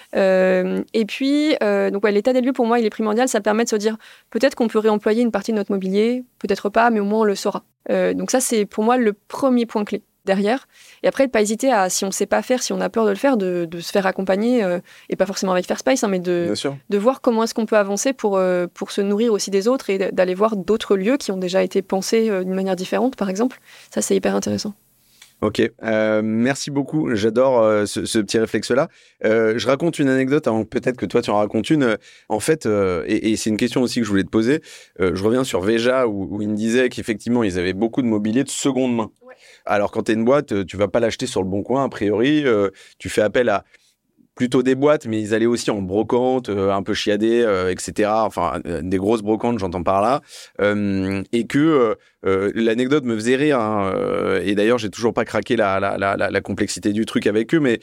Euh, et puis, euh, donc ouais, l'état des lieux, pour moi, il est primordial. Ça permet de se dire, peut-être qu'on peut réemployer une partie de notre mobilier, peut-être pas, mais au moins on le saura. Euh, donc ça, c'est pour moi le premier point clé derrière. Et après, de ne pas hésiter à, si on ne sait pas faire, si on a peur de le faire, de, de se faire accompagner, euh, et pas forcément avec Fairspace, hein, mais de, de voir comment est-ce qu'on peut avancer pour, euh, pour se nourrir aussi des autres et d'aller voir d'autres lieux qui ont déjà été pensés euh, d'une manière différente, par exemple. Ça, c'est hyper intéressant. Ok, euh, merci beaucoup. J'adore euh, ce, ce petit réflexe-là. Euh, je raconte une anecdote avant peut-être que toi tu en racontes une. En fait, euh, et, et c'est une question aussi que je voulais te poser. Euh, je reviens sur Veja où, où ils me disaient qu'effectivement ils avaient beaucoup de mobilier de seconde main. Ouais. Alors quand t'es une boîte, tu vas pas l'acheter sur le bon coin a priori. Euh, tu fais appel à plutôt des boîtes, mais ils allaient aussi en brocante, euh, un peu chiadées, euh, et cetera. Enfin, euh, des grosses brocantes, j'entends par là. Euh, et que euh, euh, l'anecdote me faisait rire. Hein, euh, et d'ailleurs, j'ai toujours pas craqué la, la, la, la, la complexité du truc avec eux, mais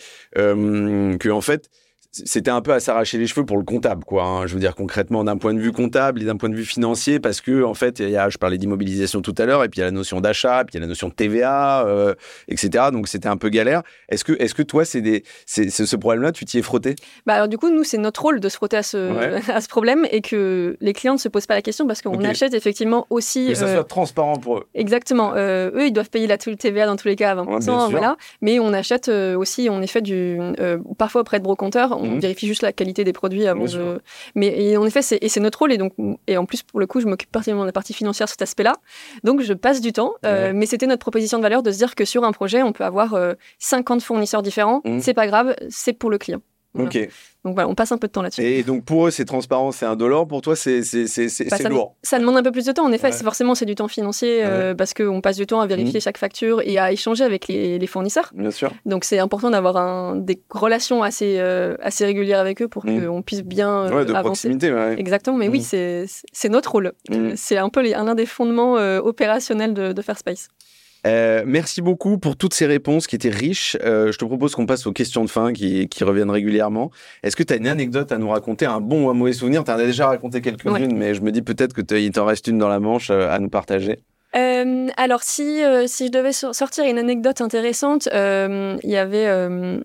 euh, que en fait, c'était un peu à s'arracher les cheveux pour le comptable, quoi. Hein. Je veux dire concrètement d'un point de vue comptable et d'un point de vue financier, parce que en fait, il y a, je parlais d'immobilisation tout à l'heure, et puis il y a la notion d'achat, puis il y a la notion de T V A, euh, et cetera. Donc c'était un peu galère. Est-ce que, est-ce que toi, c'est des, c'est, c'est ce problème-là, tu t'y es frotté? Bah alors du coup, nous, c'est notre rôle de se frotter à ce, ouais. à ce problème, et que les clients ne se posent pas la question parce qu'on okay. achète effectivement aussi. Que ça euh, soit transparent pour eux. Exactement. Euh, eux, ils doivent payer la T V A dans tous les cas à vingt pour cent, ouais, voilà. Mais on achète euh, aussi, en effet, du, euh, parfois auprès de brocanteurs, on mmh. vérifie juste la qualité des produits avant Bien de. Sûr. Mais et en effet, c'est, et c'est notre rôle, et donc et en plus pour le coup, je m'occupe particulièrement de la partie financière sur cet aspect-là. Donc je passe du temps, euh, ouais. mais c'était notre proposition de valeur de se dire que sur un projet, on peut avoir euh, cinquante fournisseurs différents. Mmh. C'est pas grave, c'est pour le client. Voilà. Ok. Donc voilà, on passe un peu de temps là-dessus. Et donc pour eux, c'est transparent, c'est indolore. Pour toi, c'est, c'est, c'est, c'est, bah, c'est ça lourd. Me, ça demande un peu plus de temps. En effet, ouais. c'est forcément c'est du temps financier euh, ouais. parce qu'on passe du temps à vérifier mmh. chaque facture et à échanger avec les, les fournisseurs. Bien sûr. Donc c'est important d'avoir un, des relations assez, euh, assez régulières avec eux pour mmh. qu'on puisse bien euh, ouais, de avancer. Proximité, ouais. Exactement, mais mmh. oui, c'est, c'est notre rôle. Mmh. C'est un peu les, l'un des fondements euh, opérationnels de, de Fairspace. Euh, merci beaucoup pour toutes ces réponses qui étaient riches. Euh, je te propose qu'on passe aux questions de fin qui, qui reviennent régulièrement. Est-ce que tu as une anecdote à nous raconter, un bon ou un mauvais souvenir? Tu en as déjà raconté quelques-unes, ouais. mais je me dis peut-être qu'il t'en reste une dans la manche euh, à nous partager. Euh, alors, si, euh, si je devais sortir une anecdote intéressante, euh, il y avait... Euh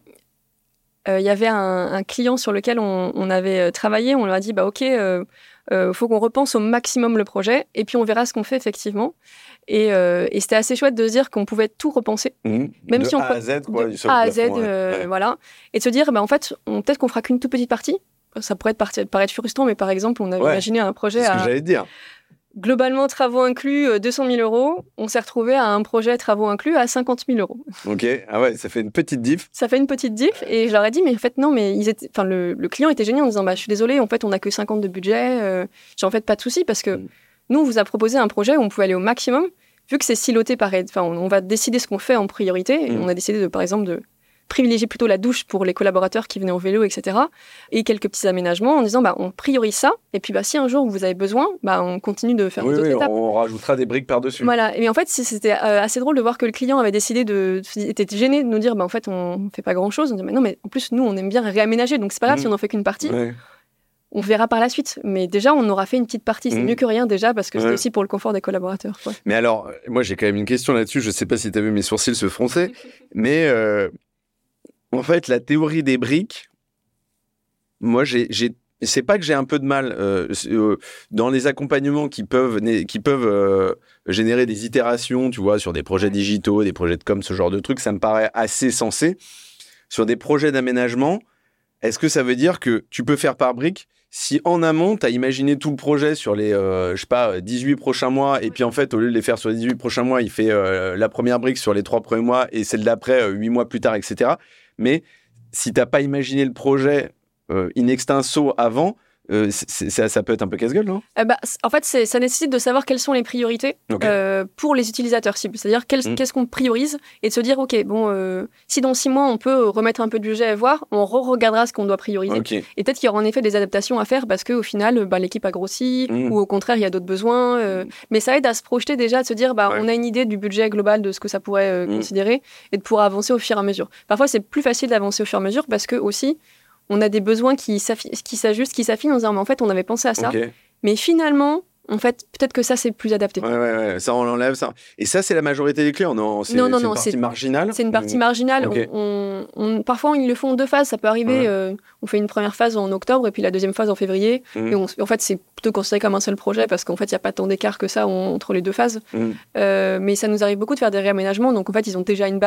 il euh, y avait un, un client sur lequel on, on avait travaillé. On leur a dit, bah ok, il euh, euh, faut qu'on repense au maximum le projet et puis on verra ce qu'on fait effectivement. Et, euh, et c'était assez chouette de se dire qu'on pouvait tout repenser. Mmh. Même de si on A à Z, quoi. De A à Z, euh, ouais. voilà. Et de se dire, bah en fait, on, peut-être qu'on fera qu'une toute petite partie. Ça pourrait être, paraître frustrant, mais par exemple, on avait ouais. imaginé un projet C'est ce à... que j'allais te dire. Globalement, travaux inclus, deux cent mille euros. On s'est retrouvé à un projet travaux inclus à cinquante mille euros. Ok, ah ouais, ça fait une petite diff. Ça fait une petite diff. Et je leur ai dit, mais en fait, non, mais ils étaient... enfin, le, le client était génial en disant, bah, je suis désolée, en fait, on n'a que cinquante de budget. Euh, j'ai en fait pas de souci parce que mm. nous, on vous a proposé un projet où on pouvait aller au maximum. Vu que c'est siloté, pareil, enfin, on, on va décider ce qu'on fait en priorité. Et mm. on a décidé, de, par exemple, de privilégier plutôt la douche pour les collaborateurs qui venaient en vélo, et cetera. Et quelques petits aménagements en disant, bah, on priorise ça. Et puis, bah, si un jour vous avez besoin, bah, on continue de faire oui, d'autres oui, étapes. On rajoutera des briques par-dessus. Voilà. Et en fait, c'était euh, assez drôle de voir que le client avait décidé de, était gêné de nous dire, bah, en fait, on fait pas grand-chose. On dit, mais non, mais en plus, nous, on aime bien réaménager. Donc, c'est pas grave mmh. si on en fait qu'une partie. Ouais. On verra par la suite. Mais déjà, on aura fait une petite partie. C'est mmh. mieux que rien déjà parce que ouais. c'était aussi pour le confort des collaborateurs. Quoi. Mais alors, moi, j'ai quand même une question là-dessus. Je sais pas si tu as vu mes sourcils se froncer, mais euh, en fait, la théorie des briques, moi, j'ai, j'ai c'est pas que j'ai un peu de mal euh, euh, dans les accompagnements qui peuvent, qui peuvent euh, générer des itérations, tu vois, sur des projets digitaux, des projets de com, ce genre de trucs, ça me paraît assez sensé. Sur des projets d'aménagement, est-ce que ça veut dire que tu peux faire par briques si en amont, tu as imaginé tout le projet sur les, euh, je sais pas, dix-huit prochains mois, et puis en fait, au lieu de les faire sur les dix-huit prochains mois, il fait euh, la première brique sur les trois premiers mois et celle d'après, euh, huit mois plus tard, et cetera. Mais si tu n'as pas imaginé le projet euh, in extenso avant, euh, c'est, c'est, ça peut être un peu casse-gueule, non? euh, bah, En fait, c'est, ça nécessite de savoir quelles sont les priorités okay. euh, pour les utilisateurs cibles. C'est-à-dire quel, mmh. qu'est-ce qu'on priorise et de se dire, OK, bon, euh, si dans six mois, on peut remettre un peu de budget à voir, on re-regardera ce qu'on doit prioriser. Okay. Et peut-être qu'il y aura en effet des adaptations à faire parce qu'au final, bah, l'équipe a grossi mmh. ou au contraire, il y a d'autres besoins. Euh, mmh. Mais ça aide à se projeter déjà, de se dire, bah, ouais. on a une idée du budget global de ce que ça pourrait euh, mmh. considérer et de pouvoir avancer au fur et à mesure. Parfois, c'est plus facile d'avancer au fur et à mesure parce que aussi, on a des besoins qui, qui s'ajustent, qui s'affinent en disant, mais en fait, on avait pensé à ça. Okay. Mais finalement, en fait, peut-être que ça, c'est plus adapté. Ouais, ouais, ouais. Ça, on l'enlève, ça. Et ça, c'est la majorité des clients, non? C'est, non, non, c'est non. une partie c'est, marginale? C'est une partie marginale. Okay. On, on, on, parfois, ils le font en deux phases. Ça peut arriver. Ouais. Euh, on fait une première phase en octobre et puis la deuxième phase en février. Mmh. Et on, en fait, c'est plutôt considéré comme un seul projet parce qu'en fait, il n'y a pas tant d'écart que ça on, entre les deux phases. Mmh. Euh, mais ça nous arrive beaucoup de faire des réaménagements. Donc, en fait, ils ont déjà une base.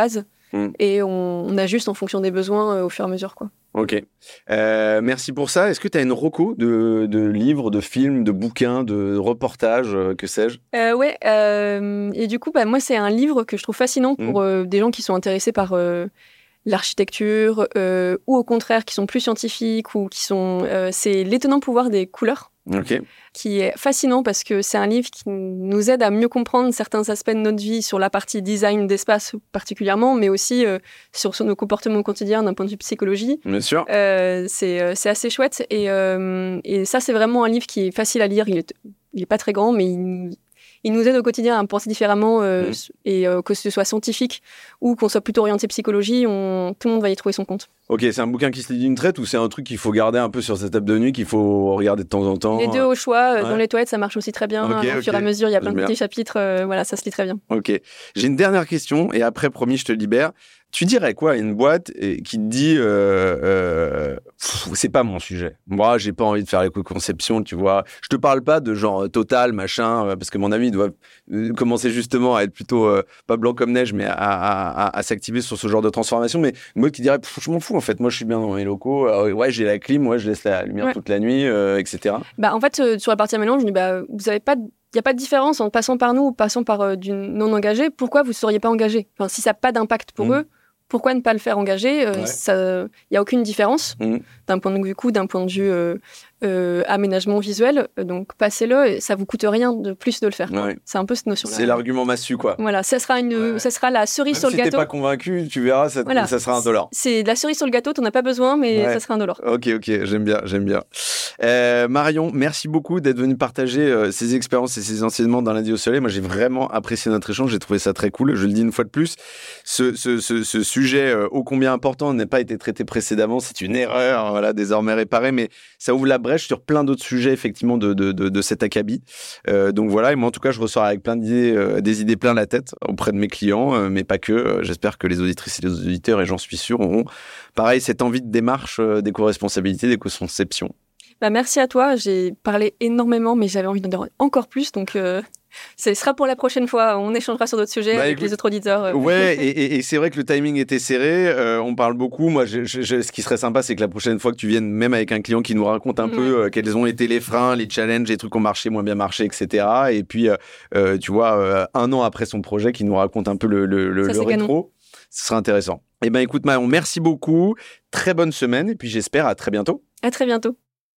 mmh. et on, on ajuste en fonction des besoins euh, au fur et à mesure, quoi. Ok. Euh, merci pour ça. Est-ce que tu as une reco de, de livres, de films, de bouquins, de reportages, euh, que sais-je? euh, Ouais. Euh, et du coup, bah, moi, c'est un livre que je trouve fascinant pour mmh. euh, des gens qui sont intéressés par euh, l'architecture euh, ou au contraire qui sont plus scientifiques ou qui sont. Euh, c'est L'étonnant pouvoir des couleurs. Ok. Qui est fascinant parce que c'est un livre qui nous aide à mieux comprendre certains aspects de notre vie sur la partie design d'espace particulièrement, mais aussi euh, sur, sur nos comportements quotidiens d'un point de vue psychologie. Bien sûr. Euh, c'est, euh, c'est assez chouette et, euh, et ça, c'est vraiment un livre qui est facile à lire. Il est, il est pas très grand, mais il, il nous aide au quotidien à penser différemment euh, mmh. et euh, que ce soit scientifique ou qu'on soit plutôt orienté psychologie, on, tout le monde va y trouver son compte. Ok, c'est un bouquin qui se lit d'une traite ou c'est un truc qu'il faut garder un peu sur sa table de nuit, qu'il faut regarder de temps en temps? Les deux au choix. Ouais. Dans les toilettes, ça marche aussi très bien. Okay, au okay. fur et à mesure, il y a plein J'aime de petits bien. chapitres. Euh, voilà, ça se lit très bien. Ok. J'ai une dernière question et après, promis, je te libère. Tu dirais quoi à une boîte qui te dit euh, euh, pff, c'est pas mon sujet. Moi, j'ai pas envie de faire l'éco-conception, tu vois. Je te parle pas de genre Total, machin, parce que mon ami doit commencer justement à être plutôt euh, pas blanc comme neige, mais à, à, à, à s'activer sur ce genre de transformation. Mais une boîte qui dirait je m'en fous en fait. Moi, je suis bien dans mes locaux. Euh, ouais, j'ai la clim, ouais, je laisse la lumière ouais. toute la nuit, euh, et cetera. Bah en fait, euh, sur la partie aménagement, je me dis bah vous avez pas de... Il n'y a pas de différence en passant par nous ou passant par euh, du non-engagé. Pourquoi vous ne seriez pas engagé? Enfin, si ça n'a pas d'impact pour mmh. eux, pourquoi ne pas le faire engager? Il ouais. n'y a aucune différence mmh. d'un point de vue coût, d'un point de vue euh, euh, aménagement visuel. Donc, passez-le, ça ne vous coûte rien de plus de le faire. Ouais. C'est un peu cette notion-là. C'est l'argument massu, quoi. Voilà, ça sera, une, ouais. ça sera la cerise Même sur si le gâteau. Si tu n'es pas convaincu, tu verras, ça, voilà. ça sera un dollar. C'est de la cerise sur le gâteau, tu n'en as pas besoin, mais ouais. ça sera un dollar. Ok, ok, j'aime bien, j'aime bien. Euh, Marion, merci beaucoup d'être venue partager euh, ces expériences et ces enseignements dans Lundi au Soleil. Moi, j'ai vraiment apprécié notre échange, j'ai trouvé ça très cool. Je le dis une fois de plus, ce, ce, ce, ce sujet euh, ô combien important n'a pas été traité précédemment. C'est une erreur, voilà, désormais réparée, mais ça ouvre la brèche sur plein d'autres sujets, effectivement, de, de, de, de cet acabit. Euh, donc voilà, et moi, en tout cas, je ressors avec plein d'idées, euh, des idées plein la tête auprès de mes clients, euh, mais pas que. Euh, j'espère que les auditrices et les auditeurs, et j'en suis sûr, auront pareil cette envie de démarche, euh, d'éco-responsabilité, d'éco-conception. Bah, merci à toi. J'ai parlé énormément, mais j'avais envie d'en dire encore plus. Donc, euh, ce sera pour la prochaine fois. On échangera sur d'autres sujets bah, avec écoute, les autres auditeurs. Euh. Ouais, et, et, et c'est vrai que le timing était serré. Euh, on parle beaucoup. Moi, je, je, ce qui serait sympa, c'est que la prochaine fois que tu viennes, même avec un client qui nous raconte un ouais. peu euh, quels ont été les freins, les challenges, les trucs qui ont marché, moins bien marché, et cetera. Et puis, euh, tu vois, euh, un an après son projet, qui nous raconte un peu le, le, le, Ça, le rétro. Ce sera intéressant. Eh ben, écoute, Marion, merci beaucoup. Très bonne semaine. Et puis, j'espère à très bientôt. À très bientôt.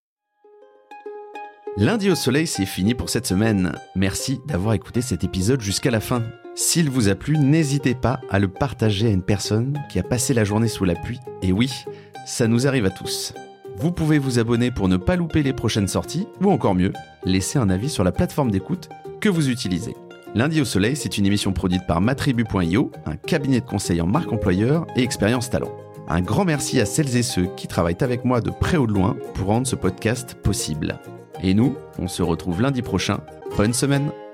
Lundi au Soleil, c'est fini pour cette semaine. Merci d'avoir écouté cet épisode jusqu'à la fin. S'il vous a plu, n'hésitez pas à le partager à une personne qui a passé la journée sous la pluie. Et oui, ça nous arrive à tous. Vous pouvez vous abonner pour ne pas louper les prochaines sorties, ou encore mieux, laisser un avis sur la plateforme d'écoute que vous utilisez. Lundi au Soleil, c'est une émission produite par matribu point io, un cabinet de conseil en marque employeur et expérience talent. Un grand merci à celles et ceux qui travaillent avec moi de près ou de loin pour rendre ce podcast possible. Et nous, on se retrouve lundi prochain. Bonne semaine!